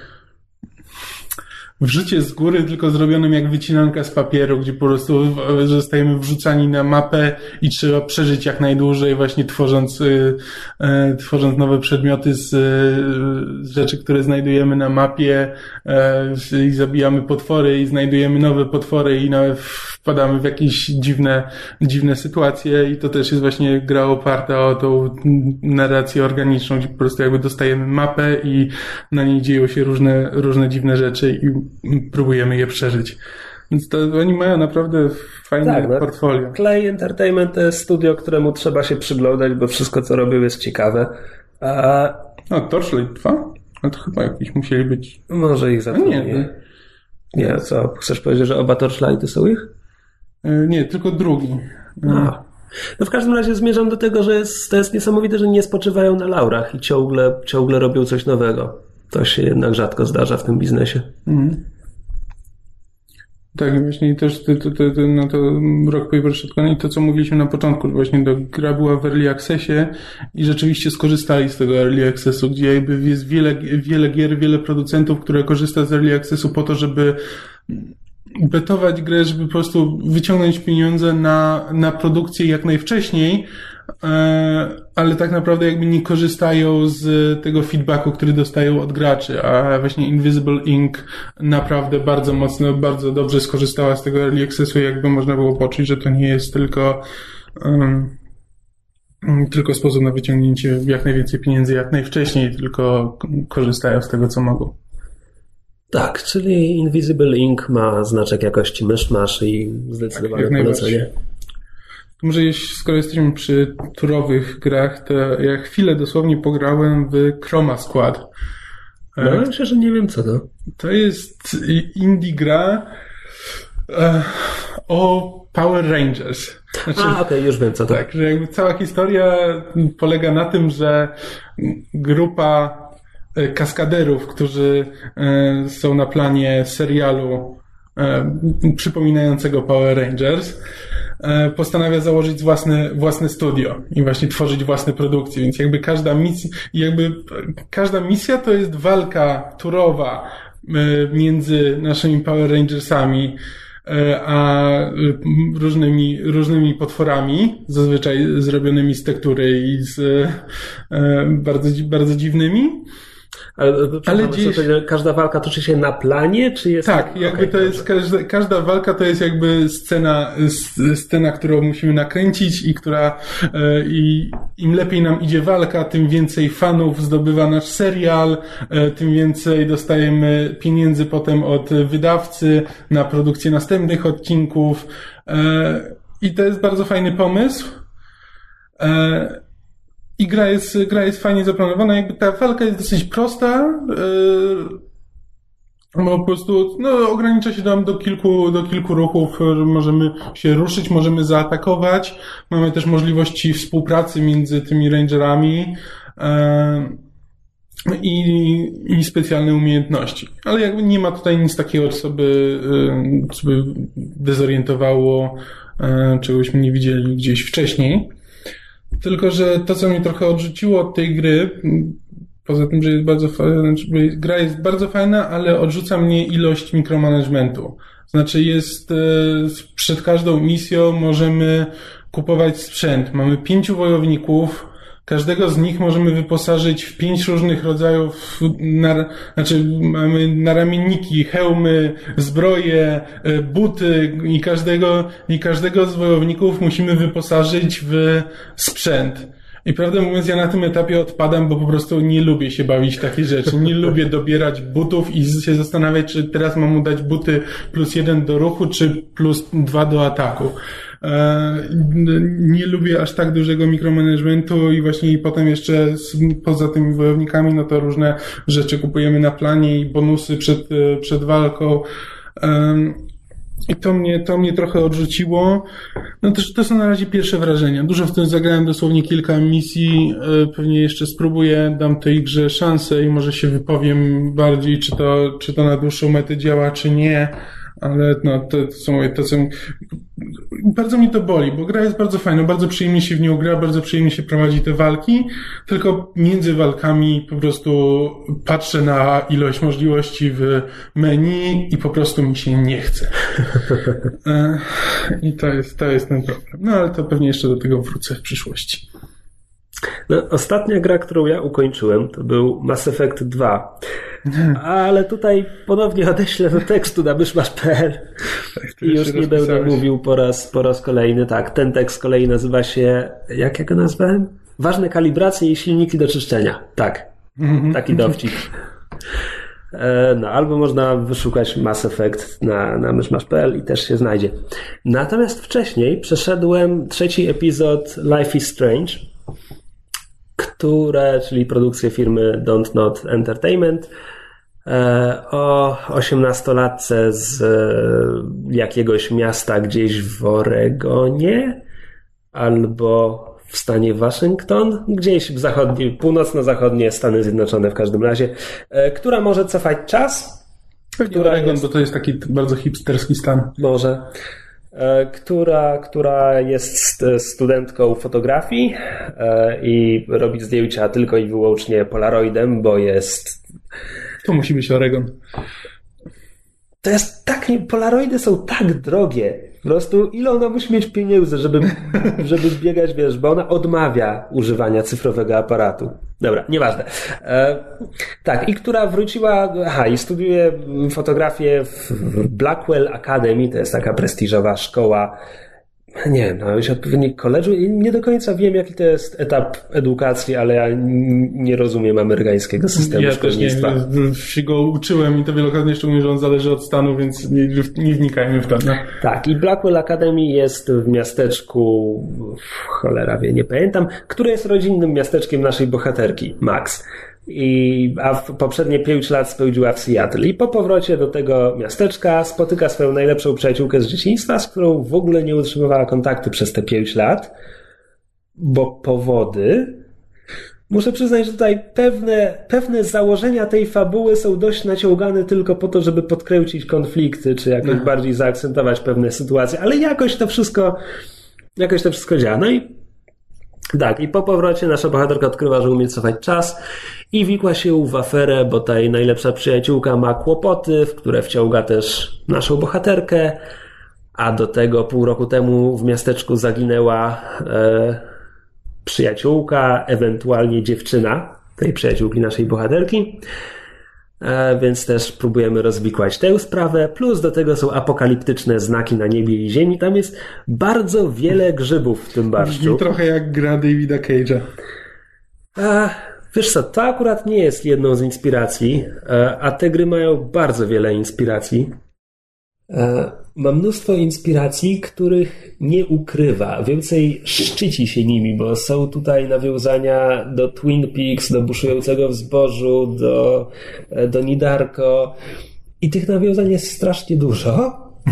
w rzucie z góry, tylko zrobionym jak wycinanka z papieru, gdzie po prostu zostajemy wrzucani na mapę i trzeba przeżyć jak najdłużej, właśnie tworząc, e, tworząc nowe przedmioty z, z rzeczy, które znajdujemy na mapie e, i zabijamy potwory i znajdujemy nowe potwory i nawet wpadamy w jakieś dziwne, dziwne sytuacje i to też jest właśnie gra oparta o tą narrację organiczną, gdzie po prostu jakby dostajemy mapę i na niej dzieją się różne, różne dziwne rzeczy i próbujemy je przeżyć. Więc to oni mają naprawdę fajne tak, no. portfolio. Clay Entertainment to jest studio, któremu trzeba się przyglądać, bo wszystko co robią jest ciekawe. A... No, Torchlight dwa? No to chyba jakiś musieli być... Może ich zapomnieć. Nie, nie, co? Chcesz powiedzieć, że oba Torchlighty są ich? Nie, tylko drugi. A. No w każdym razie zmierzam do tego, że jest, to jest niesamowite, że nie spoczywają na laurach i ciągle, ciągle robią coś nowego. To się jednak rzadko zdarza w tym biznesie. Mhm. Tak, właśnie też to, to, to, to, no to Rock Paper Shotgun i to, co mówiliśmy na początku, że właśnie to gra była w Early Accessie i rzeczywiście skorzystali z tego Early Accessu, gdzie jakby jest wiele, wiele gier, wiele producentów, które korzysta z Early Accessu po to, żeby betować grę, żeby po prostu wyciągnąć pieniądze na, na produkcję jak najwcześniej, ale tak naprawdę jakby nie korzystają z tego feedbacku, który dostają od graczy, a właśnie Invisible Ink naprawdę bardzo mocno, bardzo dobrze skorzystała z tego Early Accessu, jakby można było poczuć, że to nie jest tylko um, tylko sposób na wyciągnięcie jak najwięcej pieniędzy jak najwcześniej, tylko korzystają z tego, co mogą. Tak, czyli Invisible Ink ma znaczek jakości myszmasz i zdecydowanie tak, polecenie. Może jeśli, skoro jesteśmy przy turowych grach, to ja chwilę dosłownie pograłem w Chroma Squad. No, myślę, że nie wiem co to. To jest indie gra e, o Power Rangers. Znaczy, A, okej, okay, już wiem co to. Tak, że jakby cała historia polega na tym, że grupa kaskaderów, którzy e, są na planie serialu e, przypominającego Power Rangers, postanawia założyć własne, własne studio i właśnie tworzyć własne produkcje, więc jakby każda misja, jakby każda misja to jest walka turowa między naszymi Power Rangersami a różnymi, różnymi potworami, zazwyczaj zrobionymi z tektury i z bardzo, bardzo dziwnymi. Ale, ale gdzieś... to, każda walka toczy się na planie, czy jest... Tak, jakby okay, to jest, każda, każda walka to jest jakby scena, scena, którą musimy nakręcić i która e, i im lepiej nam idzie walka, tym więcej fanów zdobywa nasz serial, e, tym więcej dostajemy pieniędzy potem od wydawcy na produkcję następnych odcinków e, i to jest bardzo fajny pomysł. E, I gra jest, gra jest fajnie zaplanowana, jakby ta walka jest dosyć prosta, yy, bo po prostu, no, ogranicza się tam do kilku, do kilku ruchów, że możemy się ruszyć, możemy zaatakować, mamy też możliwości współpracy między tymi rangerami, yy, i, i specjalne umiejętności. Ale jakby nie ma tutaj nic takiego, co by, yy, co by dezorientowało, yy, czegośmy nie widzieli gdzieś wcześniej. Tylko, że to, co mnie trochę odrzuciło od tej gry, poza tym, że jest bardzo fajna, gra jest bardzo fajna, ale odrzuca mnie ilość mikromanagementu. Znaczy jest, przed każdą misją możemy kupować sprzęt. Mamy pięciu wojowników, każdego z nich możemy wyposażyć w pięć różnych rodzajów, na, znaczy mamy naramienniki, hełmy, zbroje, buty i każdego, i każdego z wojowników musimy wyposażyć w sprzęt. I prawdę mówiąc, ja na tym etapie odpadam, bo po prostu nie lubię się bawić w takie rzeczy. Nie lubię dobierać butów i się zastanawiać, czy teraz mam mu dać buty plus jeden do ruchu, czy plus dwa do ataku. Nie lubię aż tak dużego mikromanagementu i właśnie i potem jeszcze poza tymi wojownikami, no to różne rzeczy kupujemy na planie i bonusy przed, przed walką. I to mnie, to mnie trochę odrzuciło. No też to są na razie pierwsze wrażenia. Dużo w tym zagrałem, dosłownie kilka misji. Pewnie jeszcze spróbuję, dam tej grze szansę i może się wypowiem bardziej, czy to, czy to na dłuższą metę działa, czy nie. Ale no, to, to są to są... Bardzo mi to boli, bo gra jest bardzo fajna, bardzo przyjemnie się w nią gra, bardzo przyjemnie się prowadzi te walki, tylko między walkami po prostu patrzę na ilość możliwości w menu i po prostu mi się nie chce. I to jest, to jest ten problem. No ale to pewnie jeszcze do tego wrócę w przyszłości. No, ostatnia gra, którą ja ukończyłem, to był Mass Effect dwa. Ale tutaj ponownie odeślę do tekstu na myszmasz kropka p l i już nie będę mówił po raz, po raz kolejny. Tak, ten tekst z kolei nazywa się, jak ja go nazwałem? Ważne kalibracje i silniki do czyszczenia. Tak, taki dowcip. No, albo można wyszukać Mass Effect na, na myszmasz kropka p l i też się znajdzie. Natomiast wcześniej przeszedłem trzeci epizod Life is Strange, które, czyli produkcję firmy Don't Not Entertainment, o osiemnastolatce z jakiegoś miasta gdzieś w Oregonie albo w stanie Waszyngton, gdzieś w zachodnie, północno-zachodnie Stany Zjednoczone w każdym razie, która może cofać czas. Pewnie Oregon, jest, bo to jest taki bardzo hipsterski stan. Może. Która, która jest studentką fotografii i robi zdjęcia tylko i wyłącznie polaroidem, bo jest... To musi być Oregon. To jest tak... Polaroidy są tak drogie. Po prostu ile ona musi mieć pieniędzy, żeby, żeby zbiegać, wiesz, bo ona odmawia używania cyfrowego aparatu. Dobra, nieważne. E, tak, i która wróciła, aha, i studiuje fotografię w Blackwell Academy, to jest taka prestiżowa szkoła, nie wiem, no już odpowiednik college'u i nie do końca wiem, jaki to jest etap edukacji, ale ja nie rozumiem amerykańskiego systemu ja szkolnictwa. Ja też nie, się go uczyłem i to wielokrotnie, szczególnie, że on zależy od stanu, więc nie, nie wnikajmy w to. No. Tak, i Blackwell Academy jest w miasteczku, cholera wie, nie pamiętam, które jest rodzinnym miasteczkiem naszej bohaterki, Max. I, a w poprzednie pięć lat spędziła w Seattle. I po powrocie do tego miasteczka spotyka swoją najlepszą przyjaciółkę z dzieciństwa, z którą w ogóle nie utrzymywała kontaktu przez te pięć lat, bo powody... Muszę przyznać, że tutaj pewne, pewne założenia tej fabuły są dość naciągane tylko po to, żeby podkręcić konflikty, czy jakoś no. bardziej zaakcentować pewne sytuacje, ale jakoś to wszystko, jakoś to wszystko działa. No i tak, i po powrocie nasza bohaterka odkrywa, że umie cofać czas i wikła się w aferę, bo ta jej najlepsza przyjaciółka ma kłopoty, w które wciąga też naszą bohaterkę, a do tego pół roku temu w miasteczku zaginęła e, przyjaciółka, ewentualnie dziewczyna tej przyjaciółki naszej bohaterki. E, więc też próbujemy rozwikłać tę sprawę, plus do tego są apokaliptyczne znaki na niebie i ziemi. Tam jest bardzo wiele grzybów w tym barszczu. Brzmi trochę jak gra Davida Cage'a. A, wiesz co, to akurat nie jest jedną z inspiracji, a te gry mają bardzo wiele inspiracji. Ma mnóstwo inspiracji, których nie ukrywa. Więcej szczyci się nimi, bo są tutaj nawiązania do Twin Peaks, do Buszującego w zbożu, do, do Nidarko. I tych nawiązań jest strasznie dużo.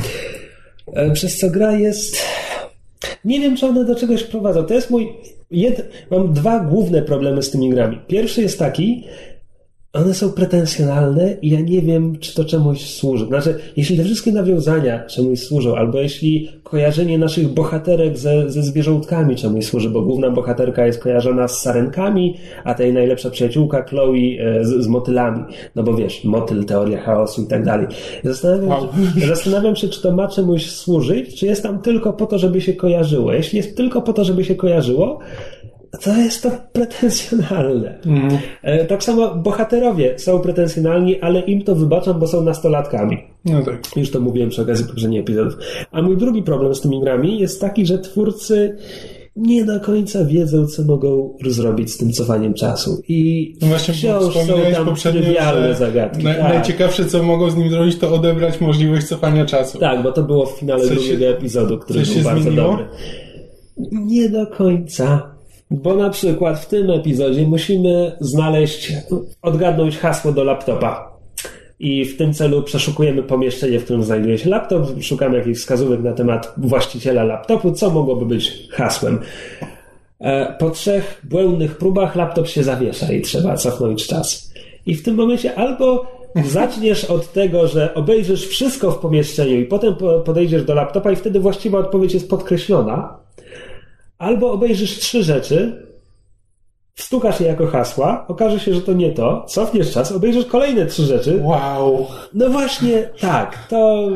Przez co gra jest... Nie wiem, czy one do czegoś prowadzą. To jest mój... Jed... Mam dwa główne problemy z tymi grami. Pierwszy jest taki, one są pretensjonalne i ja nie wiem, czy to czemuś służy. Znaczy, jeśli te wszystkie nawiązania czemuś służą, albo jeśli kojarzenie naszych bohaterek ze, ze zwierzątkami czemuś służy, bo główna bohaterka jest kojarzona z sarenkami, a tej najlepsza przyjaciółka Chloe z, z motylami. No bo wiesz, motyl, teoria chaosu i tak dalej. Zastanawiam, wow. się, zastanawiam się, czy to ma czemuś służyć, czy jest tam tylko po to, żeby się kojarzyło. Jeśli jest tylko po to, żeby się kojarzyło, to jest to pretensjonalne. Mm. Tak samo bohaterowie są pretensjonalni, ale im to wybaczam, bo są nastolatkami. No tak. Już to mówiłem przy okazji poprzednich epizodów. A mój drugi problem z tymi grami jest taki, że twórcy nie do końca wiedzą, co mogą zrobić z tym cofaniem czasu. I no właśnie, wciąż są tam trywialne zagadki. Naj, tak. Najciekawsze, co mogą z nim zrobić, to odebrać możliwość cofania czasu. Tak, bo to było w finale coś drugiego się, epizodu, który był bardzo zmieniło? dobry. Nie do końca. Bo na przykład w tym epizodzie musimy znaleźć, odgadnąć hasło do laptopa. I w tym celu przeszukujemy pomieszczenie, w którym znajduje się laptop, szukamy jakichś wskazówek na temat właściciela laptopu, co mogłoby być hasłem. Po trzech błędnych próbach laptop się zawiesza i trzeba cofnąć czas. I w tym momencie albo zaczniesz od tego, że obejrzysz wszystko w pomieszczeniu i potem podejdziesz do laptopa i wtedy właściwa odpowiedź jest podkreślona, albo obejrzysz trzy rzeczy, wstukasz je jako hasła, okaże się, że to nie to, cofniesz czas, obejrzysz kolejne trzy rzeczy. Wow. No właśnie, tak, to...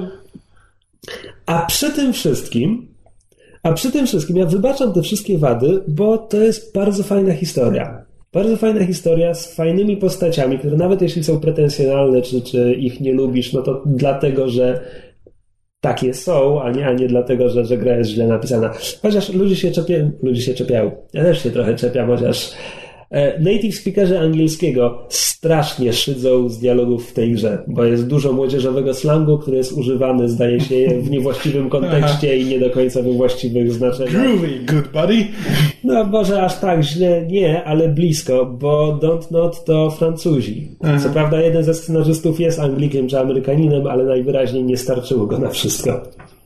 A przy tym wszystkim, a przy tym wszystkim ja wybaczam te wszystkie wady, bo to jest bardzo fajna historia. Bardzo fajna historia z fajnymi postaciami, które nawet jeśli są pretensjonalne, czy, czy ich nie lubisz, no to dlatego, że takie są, a nie, a nie dlatego, że, że gra jest źle napisana. Chociaż ludzie się czepiają, ludzie się czepiają. Ja też się trochę czepiam, chociaż native speakerzy angielskiego strasznie szydzą z dialogów w tej grze, bo jest dużo młodzieżowego slangu, który jest używany, zdaje się, w niewłaściwym kontekście i nie do końca we właściwych znaczeniach. Groovy, good buddy. No może aż tak źle nie, ale blisko, bo Don't Not to Francuzi. Aha. Co prawda jeden ze scenarzystów jest Anglikiem czy Amerykaninem, ale najwyraźniej nie starczyło go na wszystko.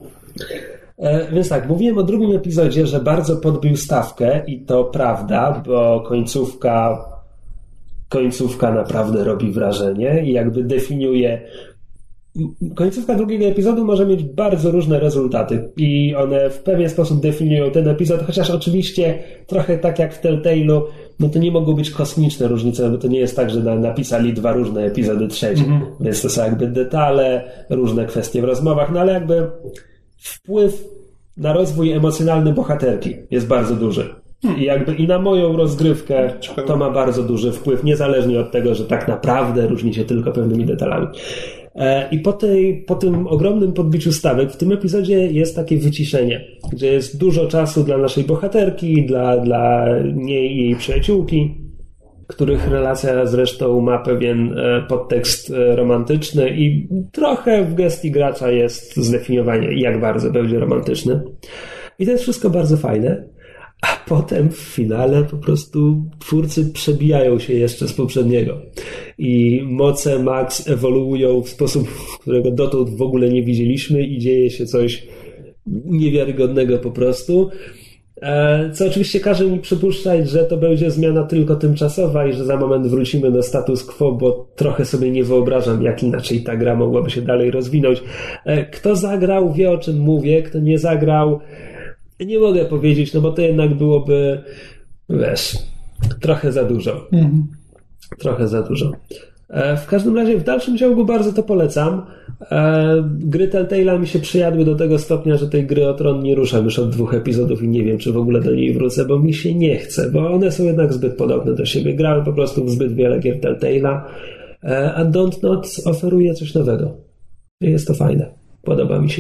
E, więc tak, mówiłem o drugim epizodzie, że bardzo podbił stawkę i to prawda, bo końcówka końcówka naprawdę robi wrażenie i jakby definiuje. Końcówka drugiego epizodu może mieć bardzo różne rezultaty i one w pewien sposób definiują ten epizod, chociaż oczywiście trochę tak jak w Telltale'u, no to nie mogą być kosmiczne różnice, bo to nie jest tak, że napisali dwa różne epizody trzecie, mm-hmm. więc to są jakby detale, różne kwestie w rozmowach, no ale jakby wpływ na rozwój emocjonalny bohaterki jest bardzo duży. I jakby i na moją rozgrywkę to ma bardzo duży wpływ, niezależnie od tego, że tak naprawdę różni się tylko pewnymi detalami. I po, tej, po tym ogromnym podbiciu stawek w tym epizodzie jest takie wyciszenie, gdzie jest dużo czasu dla naszej bohaterki, dla, dla niej i jej przyjaciółki, których relacja zresztą ma pewien podtekst romantyczny i trochę w gestii gracza jest zdefiniowanie, jak bardzo będzie romantyczny. I to jest wszystko bardzo fajne. A potem w finale po prostu twórcy przebijają się jeszcze z poprzedniego. I moce Max ewoluują w sposób, którego dotąd w ogóle nie widzieliśmy i dzieje się coś niewiarygodnego po prostu. Co oczywiście każe mi przypuszczać, że to będzie zmiana tylko tymczasowa i że za moment wrócimy do status quo, bo trochę sobie nie wyobrażam, jak inaczej ta gra mogłaby się dalej rozwinąć. Kto zagrał, wie o czym mówię, kto nie zagrał, nie mogę powiedzieć, no bo to jednak byłoby, wiesz, trochę za dużo. Mhm. Trochę za dużo. W każdym razie w dalszym ciągu bardzo to polecam. Gry Telltale'a mi się przyjadły do tego stopnia, że tej gry o Tron nie ruszam już od dwóch epizodów i nie wiem, czy w ogóle do niej wrócę, bo mi się nie chce, bo one są jednak zbyt podobne do siebie. Grałem po prostu w zbyt wiele gier Telltale'a, a Don't Not oferuje coś nowego. I jest to fajne. Podoba mi się.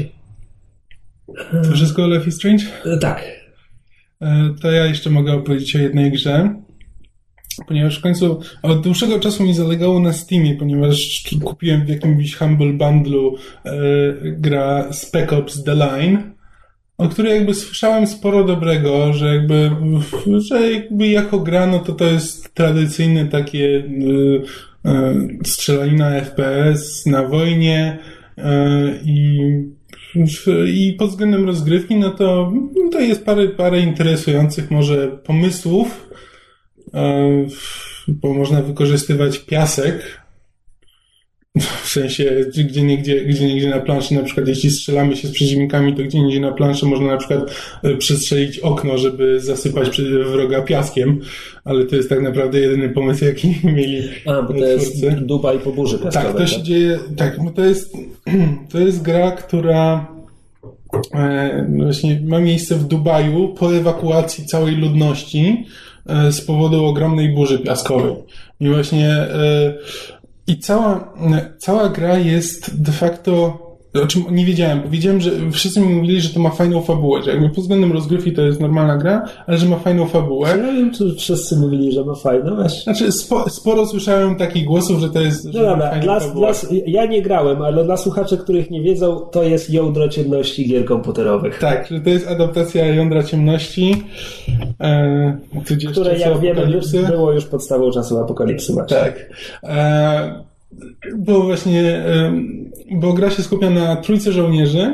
To wszystko o Life is Strange? Tak. To ja jeszcze mogę opowiedzieć o jednej grze, ponieważ w końcu od dłuższego czasu mi zalegało na Steamie, ponieważ kupiłem w jakimś Humble Bundle'u e, gra Spec Ops The Line, o której jakby słyszałem sporo dobrego, że jakby, że jakby jako gra, no to to jest tradycyjne takie e, e, strzelanina F P S na wojnie e, i I pod względem rozgrywki, no to, no to jest parę, parę interesujących może pomysłów, bo można wykorzystywać piasek, w sensie gdzie niegdzie, gdzie niegdzie na planszy, na przykład jeśli strzelamy się z przeciwnikami, to gdzie niegdzie na planszy można na przykład przestrzelić okno, żeby zasypać wroga piaskiem, ale to jest tak naprawdę jedyny pomysł, jaki mieli A, bo to twórcy. Jest dupa i po burzy piaskowej. Tak, to się tak? dzieje, tak, to jest, to jest gra, która e, właśnie ma miejsce w Dubaju po ewakuacji całej ludności e, z powodu ogromnej burzy piaskowej. I właśnie e, I cała, cała gra jest de facto, o czym nie wiedziałem, bo wiedziałem, że wszyscy mi mówili, że to ma fajną fabułę, że jakby pod względem rozgrywki to jest normalna gra, ale że ma fajną fabułę. Ja wiem, czy wszyscy mówili, że ma fajną. Właśnie. Znaczy, spo, sporo słyszałem takich głosów, że to jest, no że dobra, ma fajną dla, fabułę. Dla, ja nie grałem, ale dla słuchaczy, których nie wiedzą, to jest jądro ciemności gier komputerowych. Tak, że to jest adaptacja jądra ciemności, e, które jak wiemy było już podstawą czasu apokalipsy. Macie. Tak. E, Bo właśnie, bo gra się skupia na trójce żołnierzy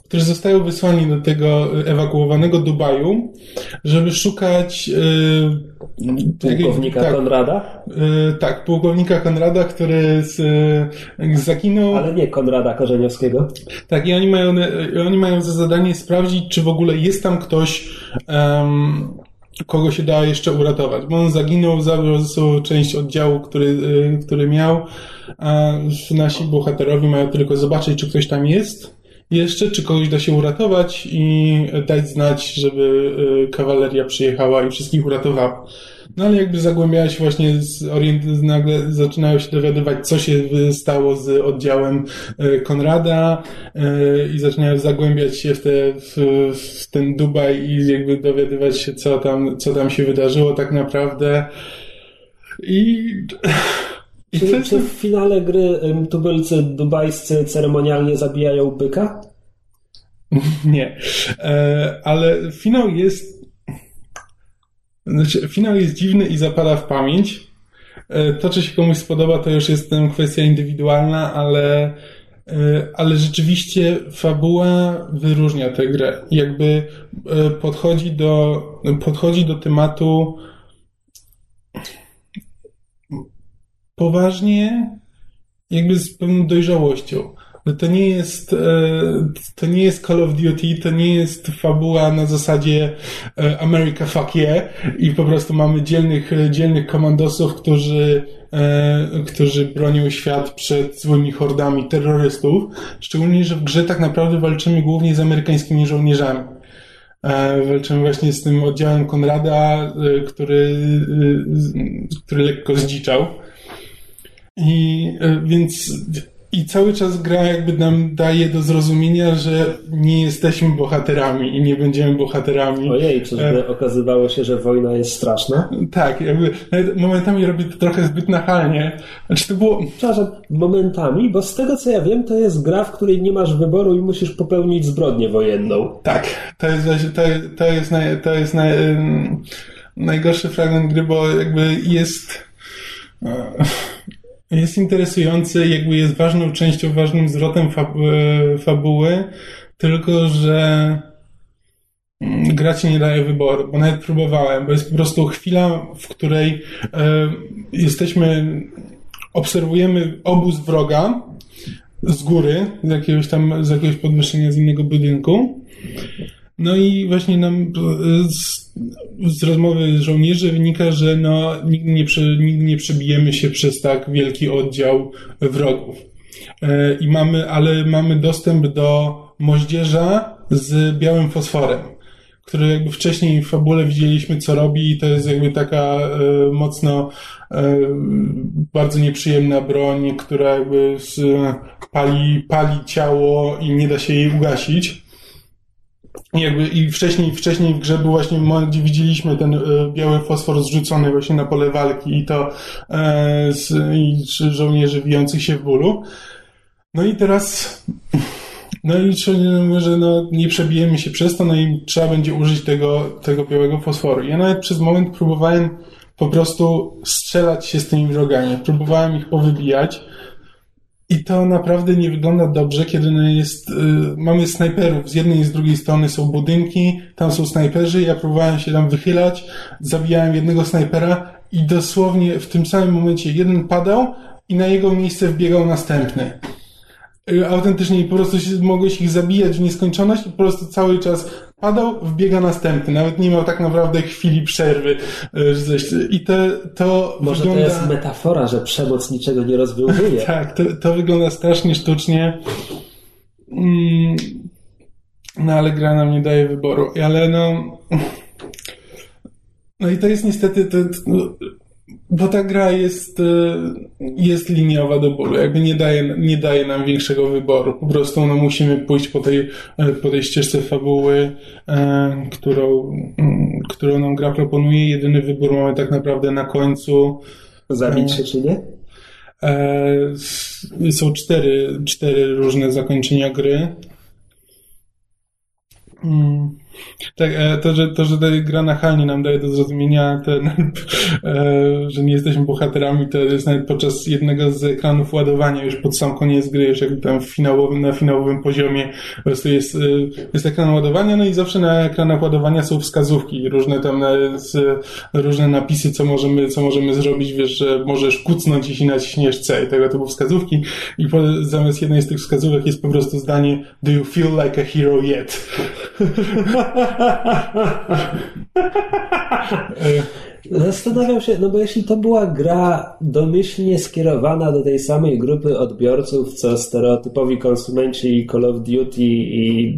którzy zostają wysłani do tego ewakuowanego Dubaju, żeby szukać yy, pułkownika tak, Konrada? Yy, tak, pułkownika Konrada, który z, yy, zaginął. Ale nie Konrada Korzeniowskiego. Tak, i oni mają, oni mają za zadanie sprawdzić, czy w ogóle jest tam ktoś, um, kogo się da jeszcze uratować, bo on zaginął, zabrał ze sobą część oddziału, który, yy, który miał, a nasi bohaterowie mają tylko zobaczyć, czy ktoś tam jest jeszcze, czy kogoś da się uratować i dać znać, żeby kawaleria przyjechała i wszystkich uratowała. No ale jakby zagłębiała się właśnie, z orient- nagle zaczynają się dowiadywać, co się stało z oddziałem Konrada i zaczynają zagłębiać się w, te, w, w ten Dubaj i jakby dowiadywać się, co tam, co tam się wydarzyło tak naprawdę. I... I czy, czy w finale gry tubylcy dubajscy ceremonialnie zabijają byka? Nie, e, ale finał jest znaczy, finał jest dziwny i zapada w pamięć. E, to, czy się komuś spodoba, to już jest kwestia indywidualna, ale, e, ale rzeczywiście fabuła wyróżnia tę grę. Jakby e, podchodzi do, podchodzi do tematu poważnie, jakby z pewną dojrzałością. To nie jest, to nie jest Call of Duty, to nie jest fabuła na zasadzie America fuck yeah i po prostu mamy dzielnych, dzielnych komandosów, którzy, którzy bronią świat przed złymi hordami terrorystów. Szczególnie, że w grze tak naprawdę walczymy głównie z amerykańskimi żołnierzami. Walczymy właśnie z tym oddziałem Konrada, który, który lekko zdziczał. I więc i cały czas gra jakby nam daje do zrozumienia, że nie jesteśmy bohaterami i nie będziemy bohaterami. Ojej, czyżby okazywało się, że wojna jest straszna? Tak, jakby momentami robię to trochę zbyt nachalnie. Znaczy to było... Przepraszam, momentami, bo z tego co ja wiem, to jest gra, w której nie masz wyboru i musisz popełnić zbrodnię wojenną. Tak, to jest to, to jest, naj, to jest naj, najgorszy fragment gry, bo jakby jest... Jest interesujący, jakby jest ważną częścią, ważnym zwrotem fabu- fabuły, tylko że gra ci nie daje wyboru, bo nawet próbowałem, bo jest po prostu chwila, w której e, jesteśmy, obserwujemy obóz wroga z góry, z jakiegoś tam, z jakiegoś podwyższenia z innego budynku. No i właśnie nam z, z rozmowy żołnierzy wynika, że no, nigdy, nie prze, nigdy nie przebijemy się przez tak wielki oddział wrogów. E, I mamy, ale mamy dostęp do moździerza z białym fosforem, który jakby wcześniej w fabule widzieliśmy, co robi, i to jest jakby taka e, mocno e, bardzo nieprzyjemna broń, która jakby z, pali, pali ciało i nie da się jej ugasić. I jakby i wcześniej, wcześniej w grze był właśnie moment, gdzie widzieliśmy ten e, biały fosfor zrzucony właśnie na pole walki i to e, z, i żołnierzy wijących się w bólu. No i teraz no i mówię, że no, nie przebijemy się przez to, no i trzeba będzie użyć tego, tego białego fosforu. Ja nawet przez moment próbowałem po prostu strzelać się z tymi wrogami. Próbowałem ich powybijać. I to naprawdę nie wygląda dobrze, kiedy jest, y, mamy snajperów. Z jednej i z drugiej strony są budynki, tam są snajperzy, ja próbowałem się tam wychylać, zabijałem jednego snajpera i dosłownie w tym samym momencie jeden padał i na jego miejsce wbiegał następny. Y, autentycznie po prostu się, mogłeś ich zabijać w nieskończoność i po prostu cały czas padał, wbiega następny. Nawet nie miał tak naprawdę chwili przerwy. Y, I to, to Może wygląda... to jest metafora, że przemoc niczego nie rozwiązuje. Tak, to, to wygląda strasznie sztucznie. Mm, no ale gra nam nie daje wyboru. Ale no... No i to jest niestety... To, to, bo ta gra jest, jest liniowa do bólu. Jakby nie daje, nie daje nam większego wyboru. Po prostu no, musimy pójść po tej, po tej ścieżce fabuły, e, którą, którą nam gra proponuje. Jedyny wybór mamy tak naprawdę na końcu. Zabić się czy nie? E, są cztery, cztery różne zakończenia gry. Mm. Tak, to, że, to, że ta gra nachalnie nam daje do zrozumienia, ten, że nie jesteśmy bohaterami, to jest nawet podczas jednego z ekranów ładowania, już pod sam koniec gry, już jakby tam w finałowym, na finałowym poziomie, po prostu jest, jest ekran ładowania, no i zawsze na ekranach ładowania są wskazówki, różne tam, różne napisy, co możemy, co możemy zrobić, wiesz, że możesz kucnąć, jeśli naciśniesz C i tego typu wskazówki i po, zamiast jednej z tych wskazówek jest po prostu zdanie "Do you feel like a hero yet?" Zastanawiam się, no bo jeśli to była gra domyślnie skierowana do tej samej grupy odbiorców, co stereotypowi konsumenci Call of Duty i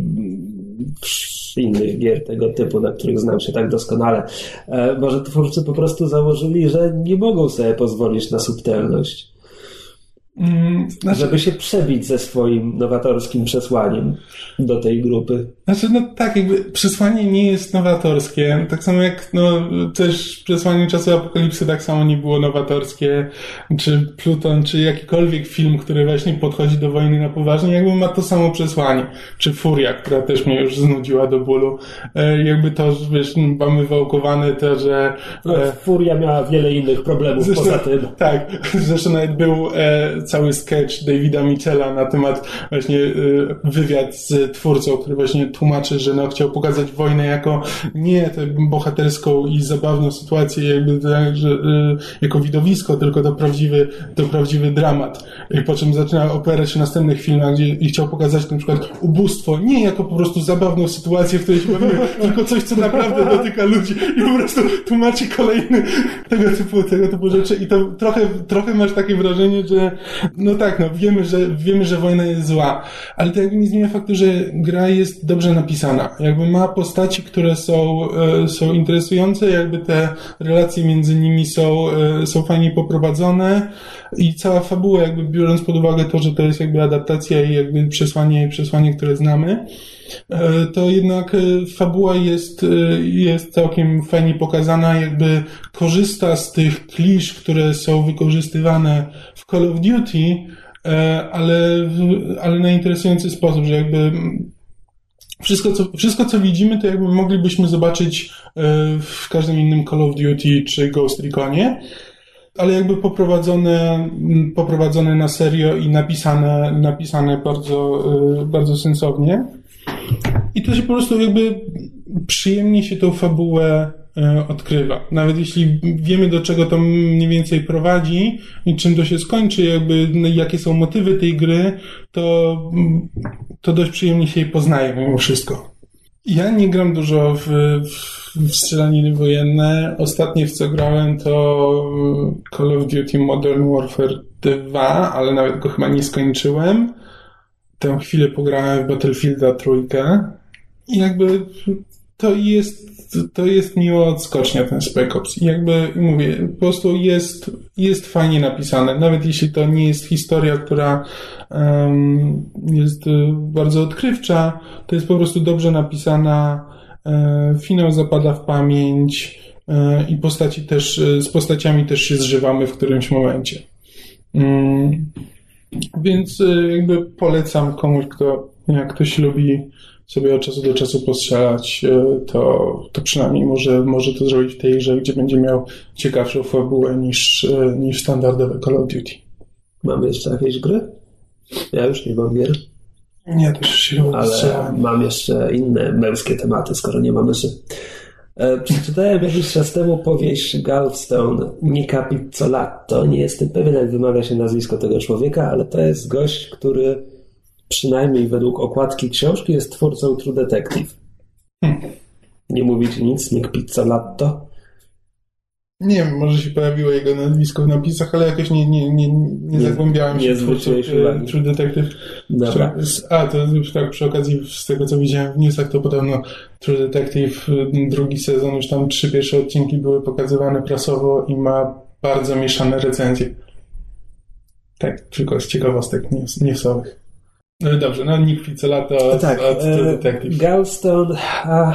innych gier tego typu, na których znam się tak doskonale, może twórcy po prostu założyli, że nie mogą sobie pozwolić na subtelność. Mm, znaczy, żeby się przebić ze swoim nowatorskim przesłaniem do tej grupy. Znaczy, no tak, jakby przesłanie nie jest nowatorskie. Tak samo jak, no, też przesłanie Czasu Apokalipsy tak samo nie było nowatorskie, czy Pluton, czy jakikolwiek film, który właśnie podchodzi do wojny na poważnie, jakby ma to samo przesłanie. Czy Furia, która też mnie już znudziła do bólu. E, jakby to, wiesz, mamy wałkowane to, że... E, no, Furia miała wiele innych problemów zresztą, poza tym. Tak, zresztą nawet był e, cały sketch Davida Mitchella na temat właśnie e, wywiad z twórcą, który właśnie tłumaczy, że no, chciał pokazać wojnę jako nie tę bohaterską i zabawną sytuację, jakby tak, że, y, jako widowisko, tylko to prawdziwy, to prawdziwy dramat. I po czym zaczyna opierać się w następnych filmach, gdzie i chciał pokazać na przykład ubóstwo, nie jako po prostu zabawną sytuację, w której się bawimy, tylko coś, co naprawdę dotyka ludzi i po prostu tłumaczy kolejny tego typu, tego typu rzeczy i to trochę, trochę masz takie wrażenie, że no tak, no wiemy, że wiemy, że wojna jest zła, ale to jakby nie zmienia faktu, że gra jest dobrze napisana. Jakby ma postaci, które są, e, są interesujące, jakby te relacje między nimi są, e, są fajnie poprowadzone i cała fabuła, jakby biorąc pod uwagę to, że to jest jakby adaptacja i jakby przesłanie, przesłanie, które znamy, e, to jednak e, fabuła jest, e, jest całkiem fajnie pokazana, jakby korzysta z tych klisz, które są wykorzystywane w Call of Duty, e, ale, ale na interesujący sposób, że jakby Wszystko co, wszystko, co widzimy, to jakby moglibyśmy zobaczyć w każdym innym Call of Duty czy Ghost Reconie, ale jakby poprowadzone, poprowadzone na serio i napisane, napisane bardzo, bardzo sensownie. I to się po prostu jakby przyjemnie się tą fabułę odkrywa. Nawet jeśli wiemy, do czego to mniej więcej prowadzi i czym to się skończy, jakby jakie są motywy tej gry, to, to dość przyjemnie się jej poznaje mimo wszystko. Ja nie gram dużo w, w strzelaniny wojenne. Ostatnie, w co grałem, to Call of Duty Modern Warfare dwa, ale nawet go chyba nie skończyłem. Tę chwilę pograłem w Battlefielda trójkę i jakby to jest to jest miła odskocznia, ten Spec Ops. I jakby mówię, po prostu jest, jest fajnie napisane. Nawet jeśli to nie jest historia, która um, jest bardzo odkrywcza, to jest po prostu dobrze napisana. E, finał zapada w pamięć e, i postaci też, z postaciami też się zżywamy w którymś momencie. Um, więc e, jakby polecam komuś, kto, jak ktoś lubi sobie od czasu do czasu postrzelać, to, to przynajmniej może, może to zrobić w tej grze, gdzie będzie miał ciekawszą fabułę niż, niż standardowe Call of Duty. Mamy jeszcze jakieś gry? Ja już nie mam gier. Nie, też się ale mam jeszcze inne męskie tematy, skoro nie mamy myszy. E, przeczytałem jakiś czas temu powieść Galvestone Nicka Pizzolatto. Nie jestem pewien, jak wymawia się nazwisko tego człowieka, ale to jest gość, który przynajmniej według okładki książki jest twórcą True Detective. Hmm. Nie mówi ci nic, Nick Pizzolatto? Nie wiem, może się pojawiło jego nazwisko w napisach, ale jakoś nie, nie, nie, nie, nie zagłębiałem się w twórcą True Detective. Dobra. A, to już tak przy okazji z tego, co widziałem w newsach, to podobno True Detective drugi sezon, już tam trzy pierwsze odcinki były pokazywane prasowo i ma bardzo mieszane recenzje. Tak, tylko z ciekawostek newsowych. No dobrze, no Nick Pizzolatto tak, od True Detective. Galvestone, a...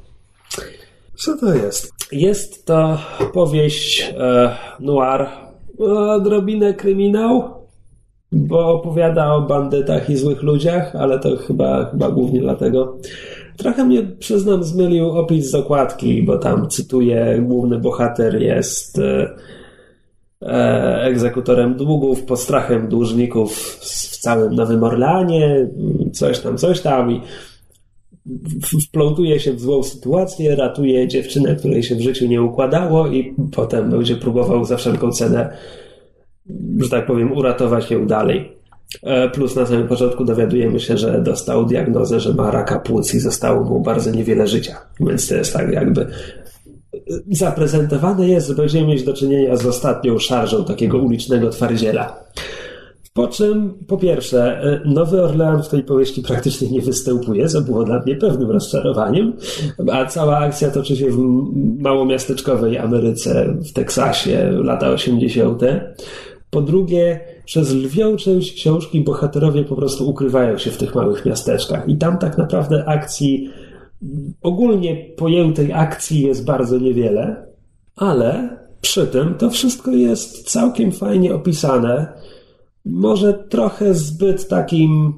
co to jest? Jest to powieść e, noir, odrobinę kryminał, bo opowiada o bandytach i złych ludziach, ale to chyba, chyba głównie dlatego. Trochę mnie, przyznam, zmylił opis z okładki, bo tam, cytuję, główny bohater jest e, e, egzekutorem długów, postrachem dłużników w całym Nowym Orleanie, coś tam, coś tam i wplątuje się w złą sytuację, ratuje dziewczynę, której się w życiu nie układało i potem będzie próbował za wszelką cenę, że tak powiem, uratować ją dalej. Plus na samym początku dowiadujemy się, że dostał diagnozę, że ma raka płuc i zostało mu bardzo niewiele życia. Więc to jest tak jakby zaprezentowane jest, że będziemy mieć do czynienia z ostatnią szarżą takiego ulicznego twardziela. Po czym, po pierwsze, Nowy Orlean w tej powieści praktycznie nie występuje, co było dla mnie pewnym rozczarowaniem, a cała akcja toczy się w małomiasteczkowej Ameryce, w Teksasie, lata osiemdziesiąte. Po drugie, przez lwią część książki bohaterowie po prostu ukrywają się w tych małych miasteczkach i tam tak naprawdę akcji, ogólnie pojętej akcji jest bardzo niewiele, ale przy tym to wszystko jest całkiem fajnie opisane, może trochę zbyt takim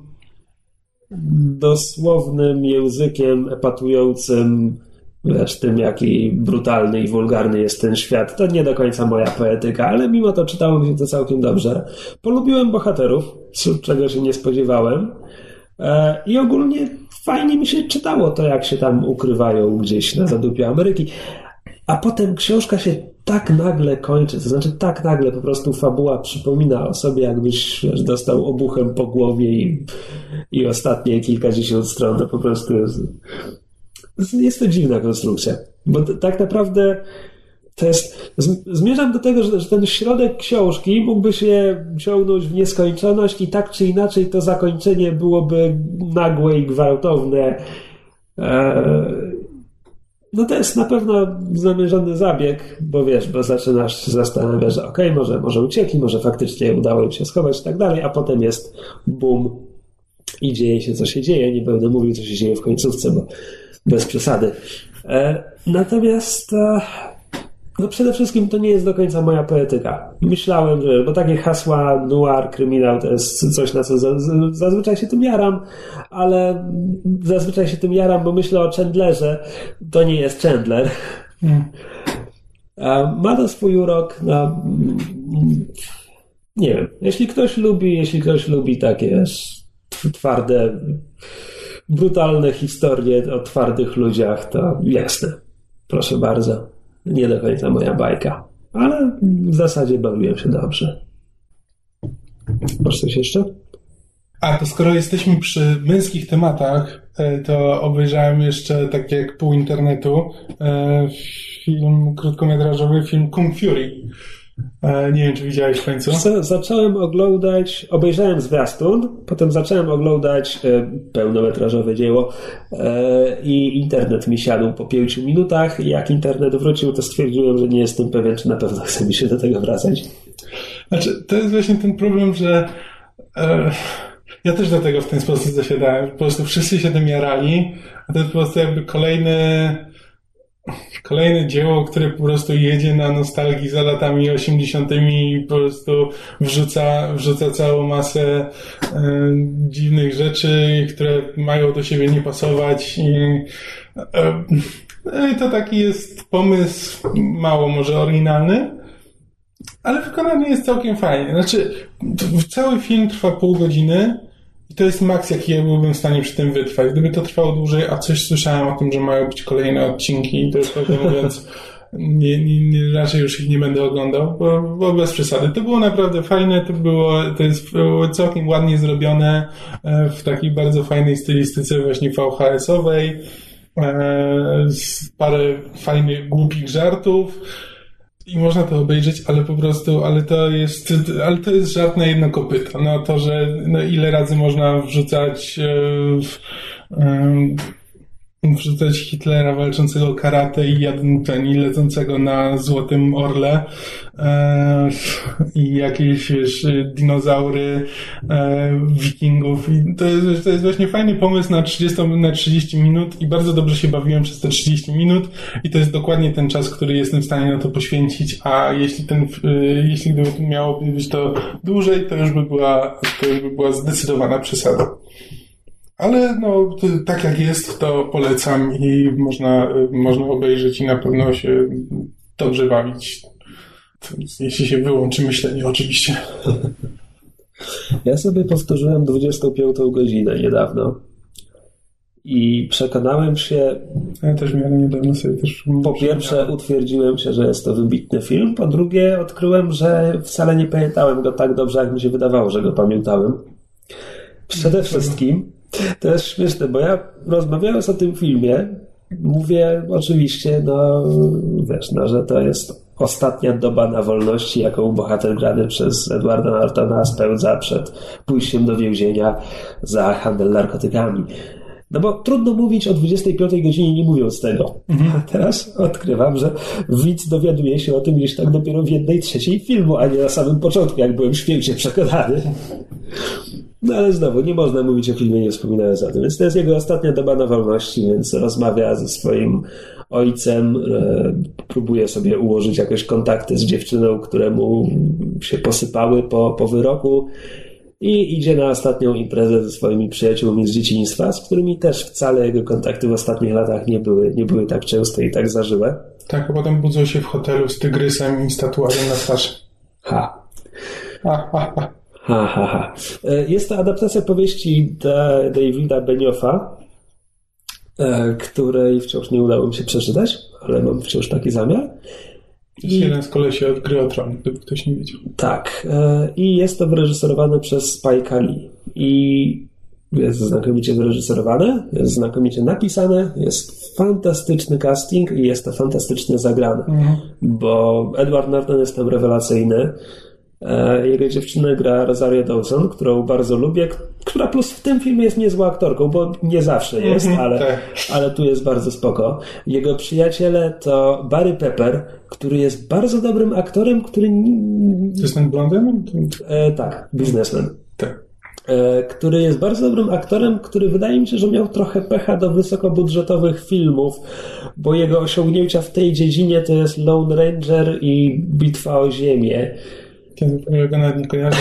dosłownym językiem epatującym, wiesz, tym jaki brutalny i wulgarny jest ten świat. To nie do końca moja poetyka, ale mimo to czytało mi się to całkiem dobrze. Polubiłem bohaterów, czego się nie spodziewałem i ogólnie fajnie mi się czytało to, jak się tam ukrywają gdzieś na zadupiu Ameryki. A potem książka się tak nagle kończy, to znaczy tak nagle po prostu fabuła przypomina o sobie, jakbyś, wiesz, dostał obuchem po głowie i, i ostatnie kilkadziesiąt stron to po prostu jest, jest to dziwna konstrukcja. Bo t- tak naprawdę to jest, zmierzam do tego, że, że ten środek książki mógłby się ciągnąć w nieskończoność i tak czy inaczej to zakończenie byłoby nagłe i gwałtowne. Eee, No to jest na pewno zamierzony zabieg, bo wiesz, bo zaczynasz się zastanawiać, że okej, okay, może, może uciekli, może faktycznie udało im się schować i tak dalej, a potem jest boom i dzieje się, co się dzieje. Nie będę mówił, co się dzieje w końcówce, bo bez przesady. E, natomiast e, no przede wszystkim to nie jest do końca moja poetyka. Myślałem, że, bo takie hasła noir, kryminał to jest coś, na co za, zazwyczaj się tym jaram, ale zazwyczaj się tym jaram, bo myślę o Chandlerze. To nie jest Chandler. Hmm. Ma to swój urok. No, nie wiem. Jeśli ktoś lubi, jeśli ktoś lubi takie twarde, brutalne historie o twardych ludziach, to jasne. Proszę bardzo. Nie do końca moja bajka, ale w zasadzie bawiłem się dobrze. Masz coś jeszcze? A, to skoro jesteśmy przy męskich tematach, to obejrzałem jeszcze, tak jak pół internetu, film krótkometrażowy, film Kung Fury. Nie wiem, czy widziałeś w końcu? Zacząłem oglądać, obejrzałem zwiastun, potem zacząłem oglądać pełnometrażowe dzieło i internet mi siadł po pięciu minutach i jak internet wrócił, to stwierdziłem, że nie jestem pewien, czy na pewno chce mi się do tego wracać. Znaczy, to jest właśnie ten problem, że e, ja też do tego w ten sposób zasiadałem. Po prostu wszyscy się tym jarali, a to jest po prostu jakby kolejny Kolejne dzieło, które po prostu jedzie na nostalgii za latami osiemdziesiątymi i po prostu wrzuca, wrzuca całą masę e, dziwnych rzeczy, które mają do siebie nie pasować i e, to taki jest pomysł mało może oryginalny, ale wykonany jest całkiem fajnie. Znaczy, cały film trwa pół godziny i to jest maks, jaki ja byłbym w stanie przy tym wytrwać. Gdyby to trwało dłużej, a coś słyszałem o tym, że mają być kolejne odcinki i to już prawdę mówiąc nie, nie, nie, raczej już ich nie będę oglądał, bo, bo bez przesady. To było naprawdę fajne, to było, to jest było całkiem ładnie zrobione w takiej bardzo fajnej stylistyce właśnie V H S-owej, parę fajnych, głupich żartów. I można to obejrzeć, ale po prostu, ale to jest, ale to jest żart na jedno kopyto. No to, że no ile razy można wrzucać, yy, wrzucać Hitlera walczącego karate i ten, i lecącego na złotym orle yy, i jakieś, wiesz, dinozaury, yy, wikingów. I to jest, to jest właśnie fajny pomysł na trzydzieści, na trzydzieści minut i bardzo dobrze się bawiłem przez te trzydzieści minut i to jest dokładnie ten czas, który jestem w stanie na to poświęcić, a jeśli ten, yy, jeśli gdyby miało być to dłużej, to już by była, to już by była zdecydowana przesada. Ale no, to, tak jak jest, to polecam i można, można obejrzeć i na pewno się dobrze bawić. To, jeśli się wyłączy myślenie, oczywiście. Ja sobie powtórzyłem dwudziestą piątą godzinę niedawno i przekonałem się... Ja też miałem niedawno sobie też... Po pierwsze utwierdziłem się, że jest to wybitny film, po drugie odkryłem, że wcale nie pamiętałem go tak dobrze, jak mi się wydawało, że go pamiętałem. Przede wszystkim to jest śmieszne, bo ja rozmawiając o tym filmie mówię oczywiście, no wiesz, no, że to jest ostatnia doba na wolności, jaką bohater grany przez Edwarda Nortona spełdza przed pójściem do więzienia za handel narkotykami. No bo trudno mówić o dwudziestej piątej godzinie nie mówiąc tego. Mhm. A teraz odkrywam, że widz dowiaduje się o tym gdzieś tak dopiero w jednej trzeciej filmu, a nie na samym początku, jak byłem święcie przekonany. No ale znowu, nie można mówić o filmie nie wspominając o tym. Więc to jest jego ostatnia doba na wolności, więc rozmawia ze swoim ojcem, e, próbuje sobie ułożyć jakieś kontakty z dziewczyną, które mu się posypały po, po wyroku i idzie na ostatnią imprezę ze swoimi przyjaciółmi z dzieciństwa, z którymi też wcale jego kontakty w ostatnich latach nie były, nie były tak częste i tak zażyłe. Tak, a potem budzą się w hotelu z tygrysem i z tatuażem na twarzy. Ha. Ha, ha, ha. Ha, ha, ha. Jest to adaptacja powieści Davida Benioffa, której wciąż nie udało mi się przeczytać, ale mam wciąż taki zamiar. To jest I... jeden z kolesi od Gry o Tron, gdyby ktoś nie wiedział. Tak. I jest to wyreżyserowane przez Spike'a Lee. I jest znakomicie wyreżyserowane, jest znakomicie napisane, jest fantastyczny casting i jest to fantastycznie zagrane. Mhm. Bo Edward Norton jest tam rewelacyjny. Jego dziewczynę gra Rosario Dawson, którą bardzo lubię, która plus w tym filmie jest niezłą aktorką, bo nie zawsze jest, mm-hmm, ale, tak. ale tu jest bardzo spoko. Jego przyjaciele to Barry Pepper, który jest bardzo dobrym aktorem, który... To jest ten blondyn? E, tak, biznesmen. Tak. E, który jest bardzo dobrym aktorem, który wydaje mi się, że miał trochę pecha do wysokobudżetowych filmów, bo jego osiągnięcia w tej dziedzinie to jest Lone Ranger i Bitwa o Ziemię. Ja nawet nie kojarzę.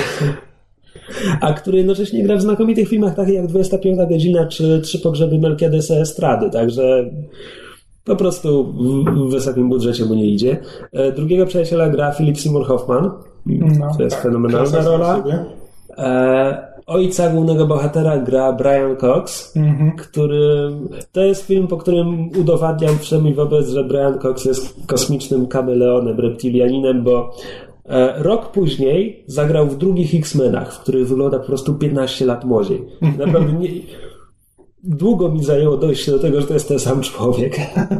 A który jednocześnie gra w znakomitych filmach takich jak dwudziesta piąta godzina czy Trzy pogrzeby Melkiadesa Estrady, także po prostu w wysokim budżecie mu nie idzie. Drugiego przyjaciela gra Philip Seymour Hoffman, no, to jest tak, fenomenalna rola. E, ojca głównego bohatera gra Brian Cox, mm-hmm. który to jest film, po którym udowadniam wszemi wobec, że Brian Cox jest kosmicznym kameleonem, reptilianinem, bo rok później zagrał w drugich X-Menach, w których wygląda po prostu piętnaście lat młodziej. Naprawdę nie... długo mi zajęło dojść do tego, że to jest ten sam człowiek.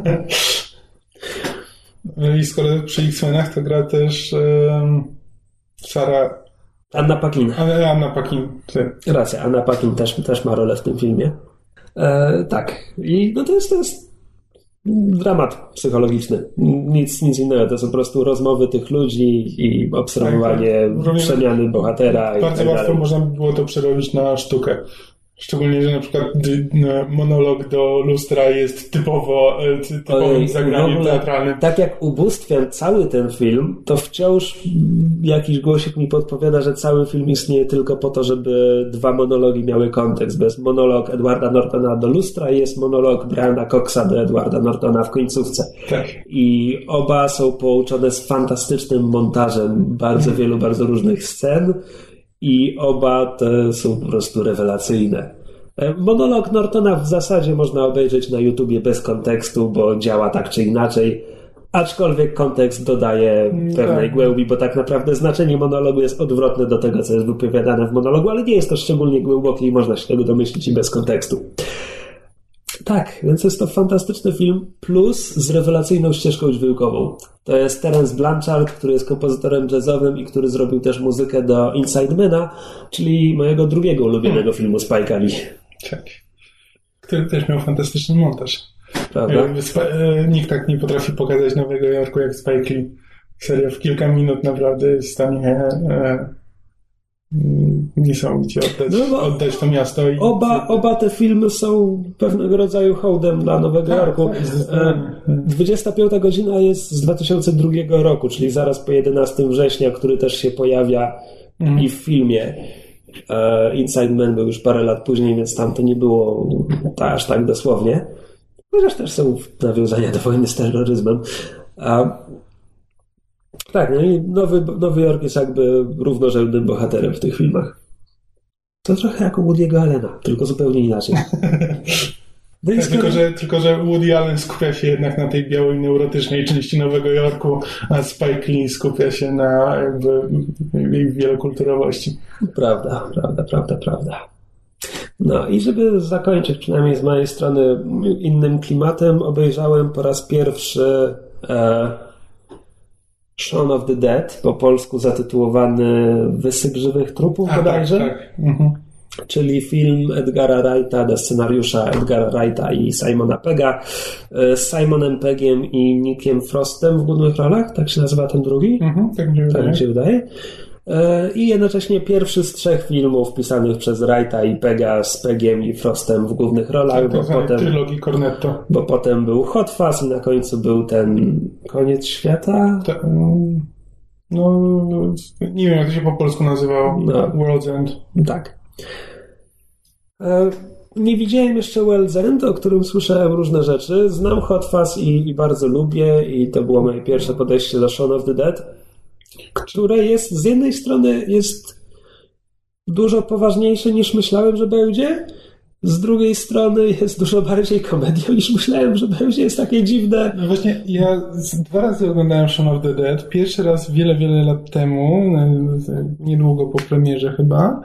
I skoro przy X-Menach to gra też um, Sarah... Anna Paquin. Anna Paquin. Racja, Anna Paquin też, też ma rolę w tym filmie. E, tak. I no to jest, to jest dramat psychologiczny. Nic, nic innego. To są po prostu rozmowy tych ludzi i obserwowanie tak, tak. przemiany bohatera. Bardzo i tak łatwo dalej. można by było to przerobić na sztukę. Szczególnie, że na przykład monolog do lustra jest typowo typowym zagraniem teatralnym. Tak jak ubóstwiam cały ten film, to wciąż jakiś głosik mi podpowiada, że cały film istnieje tylko po to, żeby dwa monologi miały kontekst. Bo jest monolog Edwarda Nortona do lustra i jest monolog Briana Coxa do Edwarda Nortona w końcówce. Tak. I oba są połączone z fantastycznym montażem bardzo mm. wielu, bardzo różnych scen. I oba te są po prostu rewelacyjne. Monolog Nortona w zasadzie można obejrzeć na YouTubie bez kontekstu, bo działa tak czy inaczej, aczkolwiek kontekst dodaje pewnej tak. głębi, bo tak naprawdę znaczenie monologu jest odwrotne do tego, co jest wypowiadane w monologu, ale nie jest to szczególnie głębokie i można się tego domyślić i bez kontekstu. Tak, więc jest to fantastyczny film, plus z rewelacyjną ścieżką dźwiękową. To jest Terence Blanchard, który jest kompozytorem jazzowym i który zrobił też muzykę do Inside Mana, czyli mojego drugiego ulubionego hmm. filmu Spike'a Lee. Tak. Który też miał fantastyczny montaż. Prawda? Nikt tak nie potrafi pokazać Nowego Jorku jak Spike Lee. Serio, w kilka minut naprawdę jest w stanie e, niesamowicie oddać, no oddać to miasto. I... Oba, oba te filmy są pewnego rodzaju hołdem dla Nowego tak, Jorku. Tak, dwudziesta piąta godzina jest z dwa tysiące drugiego roku, czyli zaraz po jedenastego września, który też się pojawia mm. i w filmie. Inside Man był już parę lat później, więc tam to nie było aż tak dosłownie. Chociaż też są nawiązania do wojny z terroryzmem. A, tak, no i Nowy, Nowy Jork jest jakby równorzędnym bohaterem w tych filmach. To trochę jak u Woody'ego Allena, tylko zupełnie inaczej. No tak, tylko, że, tylko, że Woody Allen skupia się jednak na tej białej, neurotycznej części Nowego Jorku, a Spike Lee skupia się na jakby wielokulturowości. Prawda, prawda, prawda, prawda. No i żeby zakończyć przynajmniej z mojej strony innym klimatem, obejrzałem po raz pierwszy e, Shaun of the Dead, po polsku zatytułowany Wysyp żywych trupów a, bodajże. Tak, tak. Mhm. Czyli film Edgara Wrighta, do scenariusza Edgara Wrighta i Simona Pegga, z Simonem Peggiem i Nickiem Frostem w głównych rolach, tak się nazywa ten drugi? Mhm, tak mi się wydaje. Tak mi się wydaje. I jednocześnie pierwszy z trzech filmów pisanych przez Wrighta i Pegga z Peggiem i Frostem w głównych rolach, tak, bo potem, trylogii Cornetto. bo potem był Hot Fuzz i na końcu był ten Koniec Świata. Ta, no, nie wiem jak to się po polsku nazywało. No. World's End. Tak. Nie widziałem jeszcze World's End, o którym słyszałem różne rzeczy. Znam Hot Fuzz i, i bardzo lubię i to było moje pierwsze podejście do Shaun of the Dead, które jest z jednej strony jest dużo poważniejsze niż myślałem, że będzie. Z drugiej strony jest dużo bardziej komedią niż myślałem, że będzie. Jest takie dziwne. No właśnie, ja dwa razy oglądałem Shaun of the Dead. Pierwszy raz wiele, wiele lat temu, niedługo po premierze chyba.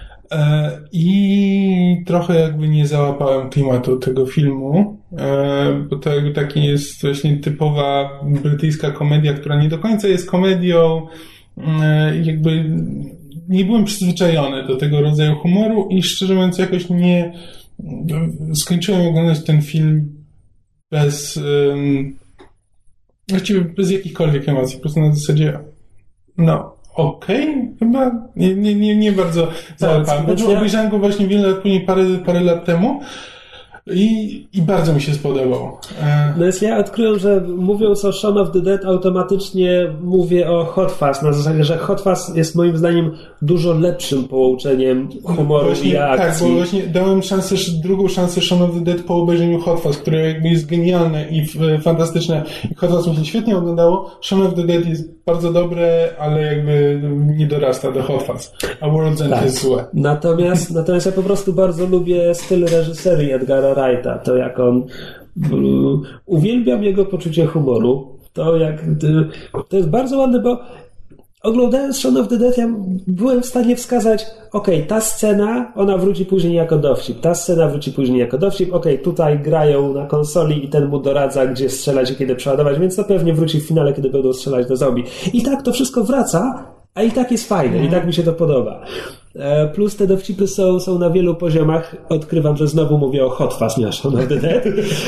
I trochę jakby nie załapałem klimatu tego filmu, bo to jakby taki jest właśnie typowa brytyjska komedia, która nie do końca jest komedią. Jakby nie byłem przyzwyczajony do tego rodzaju humoru i szczerze mówiąc jakoś nie skończyłem oglądać ten film bez właściwie bez jakichkolwiek emocji, po prostu na zasadzie no okej, okay, chyba nie, nie, nie, nie bardzo załapałem. Tak, ja... Obejrzałem go właśnie wiele lat później, parę, parę lat temu i, i bardzo mi się spodobał. No więc ja odkryłem, że mówiąc o Shaun of the Dead automatycznie mówię o Hot Fuzz, na zasadzie, że Hot Fuzz jest moim zdaniem dużo lepszym połączeniem humoru właśnie, i akcji. Tak, bo właśnie dałem szansę, drugą szansę Shaun of the Dead po obejrzeniu Hot Fuzz, które jakby jest genialne i fantastyczne i Hot Fuzz mi się świetnie oglądało. Shaun of the Dead jest bardzo dobre, ale jakby nie dorasta do Hot Fuzz, a World's End tak. jest złe. Natomiast, natomiast ja po prostu bardzo lubię styl reżyserii Edgara Wrighta, to jak on um, uwielbiam jego poczucie humoru, to jak to jest bardzo ładne, bo oglądając Shaun of the Dead ja byłem w stanie wskazać, okej, okay, ta scena, ona wróci później jako dowcip, ta scena wróci później jako dowcip, okej, okay, tutaj grają na konsoli i ten mu doradza, gdzie strzelać i kiedy przeładować, więc to pewnie wróci w finale, kiedy będą strzelać do zombie. I tak to wszystko wraca, a i tak jest fajne, mm. i tak mi się to podoba. Plus te dowcipy są, są na wielu poziomach. Odkrywam, że znowu mówię o Hot Fuzz, nie o Shaun of the Dead.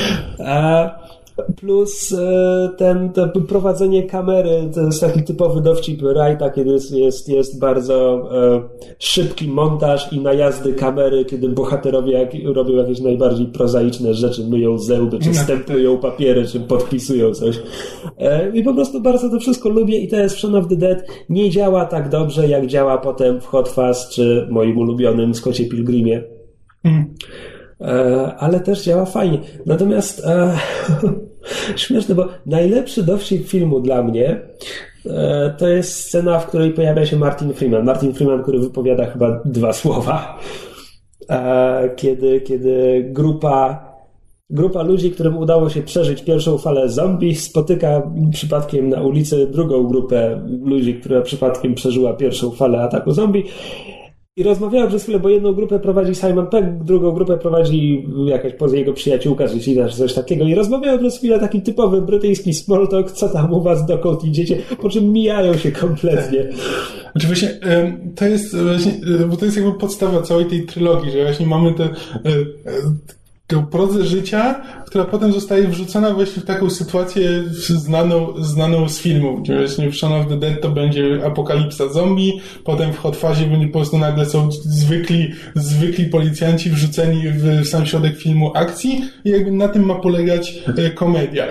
Plus ten, to prowadzenie kamery, to jest taki typowy dowcip Wrighta, kiedy jest, jest, jest bardzo e, szybki montaż i najazdy kamery, kiedy bohaterowie jak, robią jakieś najbardziej prozaiczne rzeczy, myją zęby, czy stemplują papiery, czy podpisują coś. E, I po prostu bardzo to wszystko lubię i teraz w Shaun of the Dead nie działa tak dobrze, jak działa potem w Hot Fuzz, czy moim ulubionym Scottie Pilgrimie. Mm. Ale też działa fajnie. Natomiast e, śmieszne, bo najlepszy dowcip filmu dla mnie e, to jest scena, w której pojawia się Martin Freeman. Martin Freeman, który wypowiada chyba dwa słowa. E, kiedy, kiedy grupa Grupa ludzi, którym udało się przeżyć pierwszą falę zombie, spotyka przypadkiem na ulicy drugą grupę ludzi, która przypadkiem przeżyła pierwszą falę ataku zombie. I rozmawiałem przez chwilę, bo jedną grupę prowadzi Simon Pegg, drugą grupę prowadzi jakaś poza jego przyjaciółka, czy coś takiego. I rozmawiałem przez chwilę taki typowy brytyjski small talk, co tam u was, dokąd idziecie, po czym mijają się kompletnie. Oczywiście to jest właśnie, bo to jest jakby podstawa całej tej trylogii, że właśnie mamy te tę prozę życia, która potem zostaje wrzucona właśnie w taką sytuację znaną, znaną z filmu, gdzie właśnie w Shaun of the Dead to będzie apokalipsa zombie, potem w Hot Fuzzie będzie po prostu nagle są zwykli, zwykli policjanci wrzuceni w sam środek filmu akcji i jakby na tym ma polegać komedia.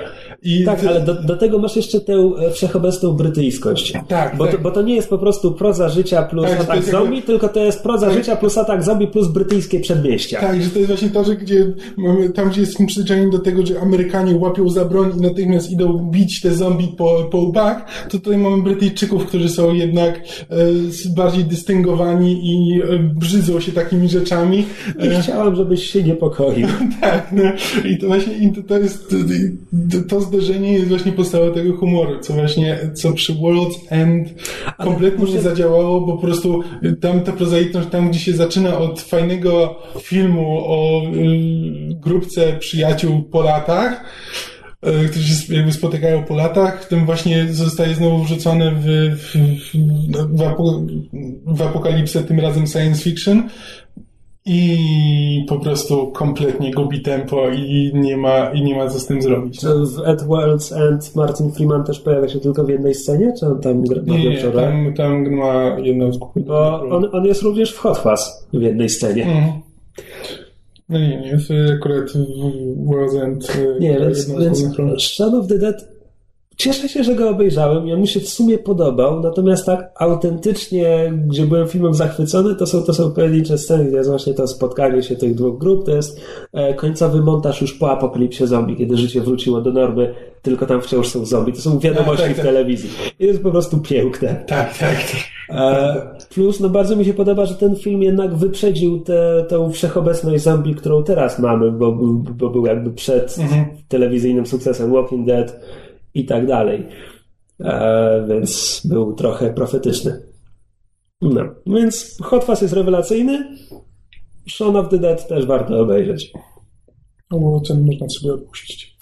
I tak, ty... ale do, do tego masz jeszcze tę wszechobecną brytyjskość. Tak, bo, tak. To, bo to nie jest po prostu proza życia plus tak, atak zombie, jakby... tylko to jest proza tak. życia plus atak zombie plus brytyjskie przedmieścia. Tak, że to jest właśnie to, że gdzie mamy, tam gdzie jesteśmy przyzwyczajeni do tego, że Amerykanie łapią za broń i natychmiast idą bić te zombie po, po łbach, to tutaj mamy Brytyjczyków, którzy są jednak e, bardziej dystyngowani i e, brzydzą się takimi rzeczami. I e, chciałam, żebyś się niepokoił. tak, no i to właśnie i to, to jest to, to zderzenie jest właśnie podstawą tego humoru, co właśnie, co przy World's End kompletnie może... nie zadziałało, bo po prostu tam ta prozaiczność, tam gdzie się zaczyna od fajnego filmu o y, grupce przyjaciół po latach, y, którzy się jakby spotykają po latach, tym właśnie zostaje znowu wrzucone w, w, w, w, apo, w apokalipsę, tym razem science fiction. I po prostu kompletnie gubi tempo i nie ma, i nie ma co z tym zrobić. Czy w At World's End Martin Freeman też pojawia się tylko w jednej scenie? Czy on tam gra? Nie, nie tam, tam ma jedną z głównych. Bo on, on jest również w Hot Fuzz w jednej scenie. Mm. No nie, nie, akurat w World's End. Nie, więc, więc Shaun of the Dead cieszę się, że go obejrzałem i on mi się w sumie podobał, natomiast tak autentycznie, gdzie byłem filmem zachwycony, to są, to są pojedyncze sceny, gdzie jest właśnie to spotkanie się tych dwóch grup, to jest e, końcowy montaż już po apokalipsie zombie, kiedy życie wróciło do normy, tylko tam wciąż są zombie. To są wiadomości tak, tak, w telewizji. I to jest po prostu piękne. Tak, tak. E, plus, no bardzo mi się podoba, że ten film jednak wyprzedził tę tę wszechobecność zombie, którą teraz mamy, bo, bo był jakby przed mhm. telewizyjnym sukcesem Walking Dead i tak dalej. E, więc był trochę profetyczny. No, więc Hot Fuzz jest rewelacyjny. Shaun of the Dead też warto obejrzeć. No bo oceny można sobie odpuścić.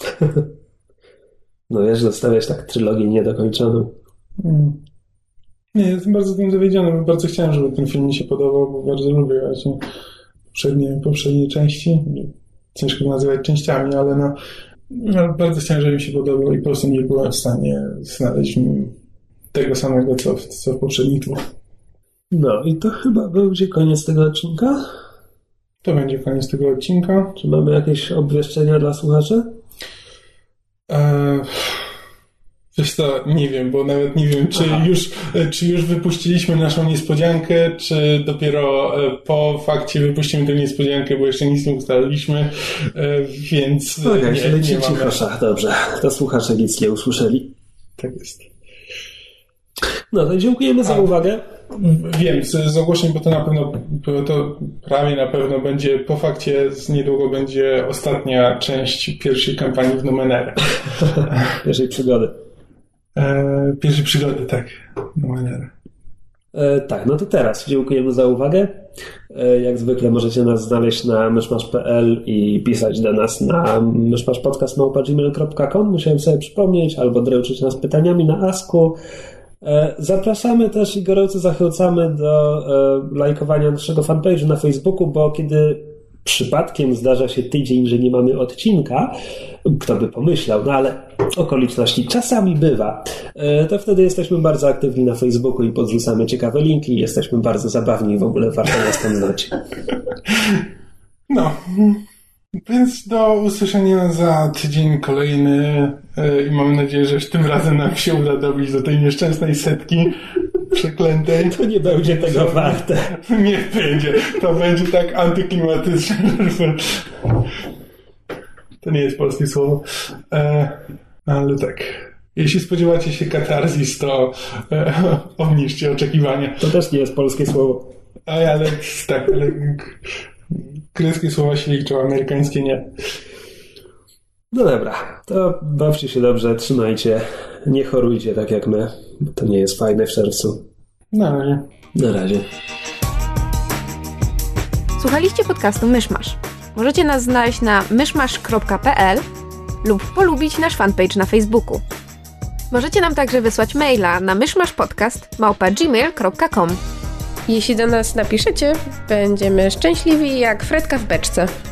No wiesz, zostawiasz tak trylogię niedokończoną. Hmm. Nie, jestem bardzo tym dowiedziony. Bardzo chciałem, żeby ten film mi się podobał, bo bardzo lubię właśnie poprzednie, poprzednie części. Ciężko go nazywać częściami, ale no No, bardzo chciałem, żeby mi się podobał i po prostu nie byłem w stanie znaleźć tego samego, co w, co w poprzednich dwóch. No i to chyba będzie koniec tego odcinka? To będzie koniec tego odcinka. Czy mamy jakieś obwieszczenia dla słuchaczy? Eee, wiesz co, nie wiem, bo nawet nie wiem, czy już, czy już wypuściliśmy naszą niespodziankę, czy dopiero po fakcie wypuścimy tę niespodziankę, bo jeszcze nic nie ustaliliśmy, więc okay, nie, nie, nie mamy. Cichosza, dobrze. To słuchacze nic nie usłyszeli. Tak jest. No to dziękujemy za A, uwagę. Wiem, z, z ogłoszeń, bo to na pewno, to prawie na pewno będzie, po fakcie z niedługo będzie ostatnia część pierwszej kampanii w Numenera. Pierwszej przygody. E, pierwszej przygody, tak. Numenera. E, tak, no to teraz dziękujemy za uwagę. E, jak zwykle możecie nas znaleźć na myszmasz kropka pe el i pisać do nas na myszmaszpodcast małpa gmail kropka com. Musiałem sobie przypomnieć, albo dręczyć nas pytaniami na Asku. Zapraszamy też i gorąco zachęcamy do lajkowania naszego fanpage'u na Facebooku, bo kiedy przypadkiem zdarza się tydzień, że nie mamy odcinka, kto by pomyślał, no ale okoliczności czasami bywa, to wtedy jesteśmy bardzo aktywni na Facebooku i podrzucamy ciekawe linki, jesteśmy bardzo zabawni i w ogóle warto nas tam znać. No, więc do usłyszenia za tydzień kolejny i mam nadzieję, że tym razem nam się uda dobić do tej nieszczęsnej setki przeklętej. To nie będzie tego warte. Nie będzie. To będzie tak antyklimatyczne. To nie jest polskie słowo. E, ale tak. Jeśli spodziewacie się katarzis, to e, obniżcie oczekiwania. To też nie jest polskie słowo. A, ale tak, ale greckie słowa się liczą, amerykańskie nie. No dobra, to bawcie się dobrze, trzymajcie, nie chorujcie tak jak my, bo to nie jest fajne w czerwcu. Na razie. Na razie. Słuchaliście podcastu Myszmasz. Możecie nas znaleźć na myszmasz kropka pe el lub polubić nasz fanpage na Facebooku. Możecie nam także wysłać maila na myszmaszpodcast małpa gmail kropka com. Jeśli do nas napiszecie, będziemy szczęśliwi jak Fredka w beczce.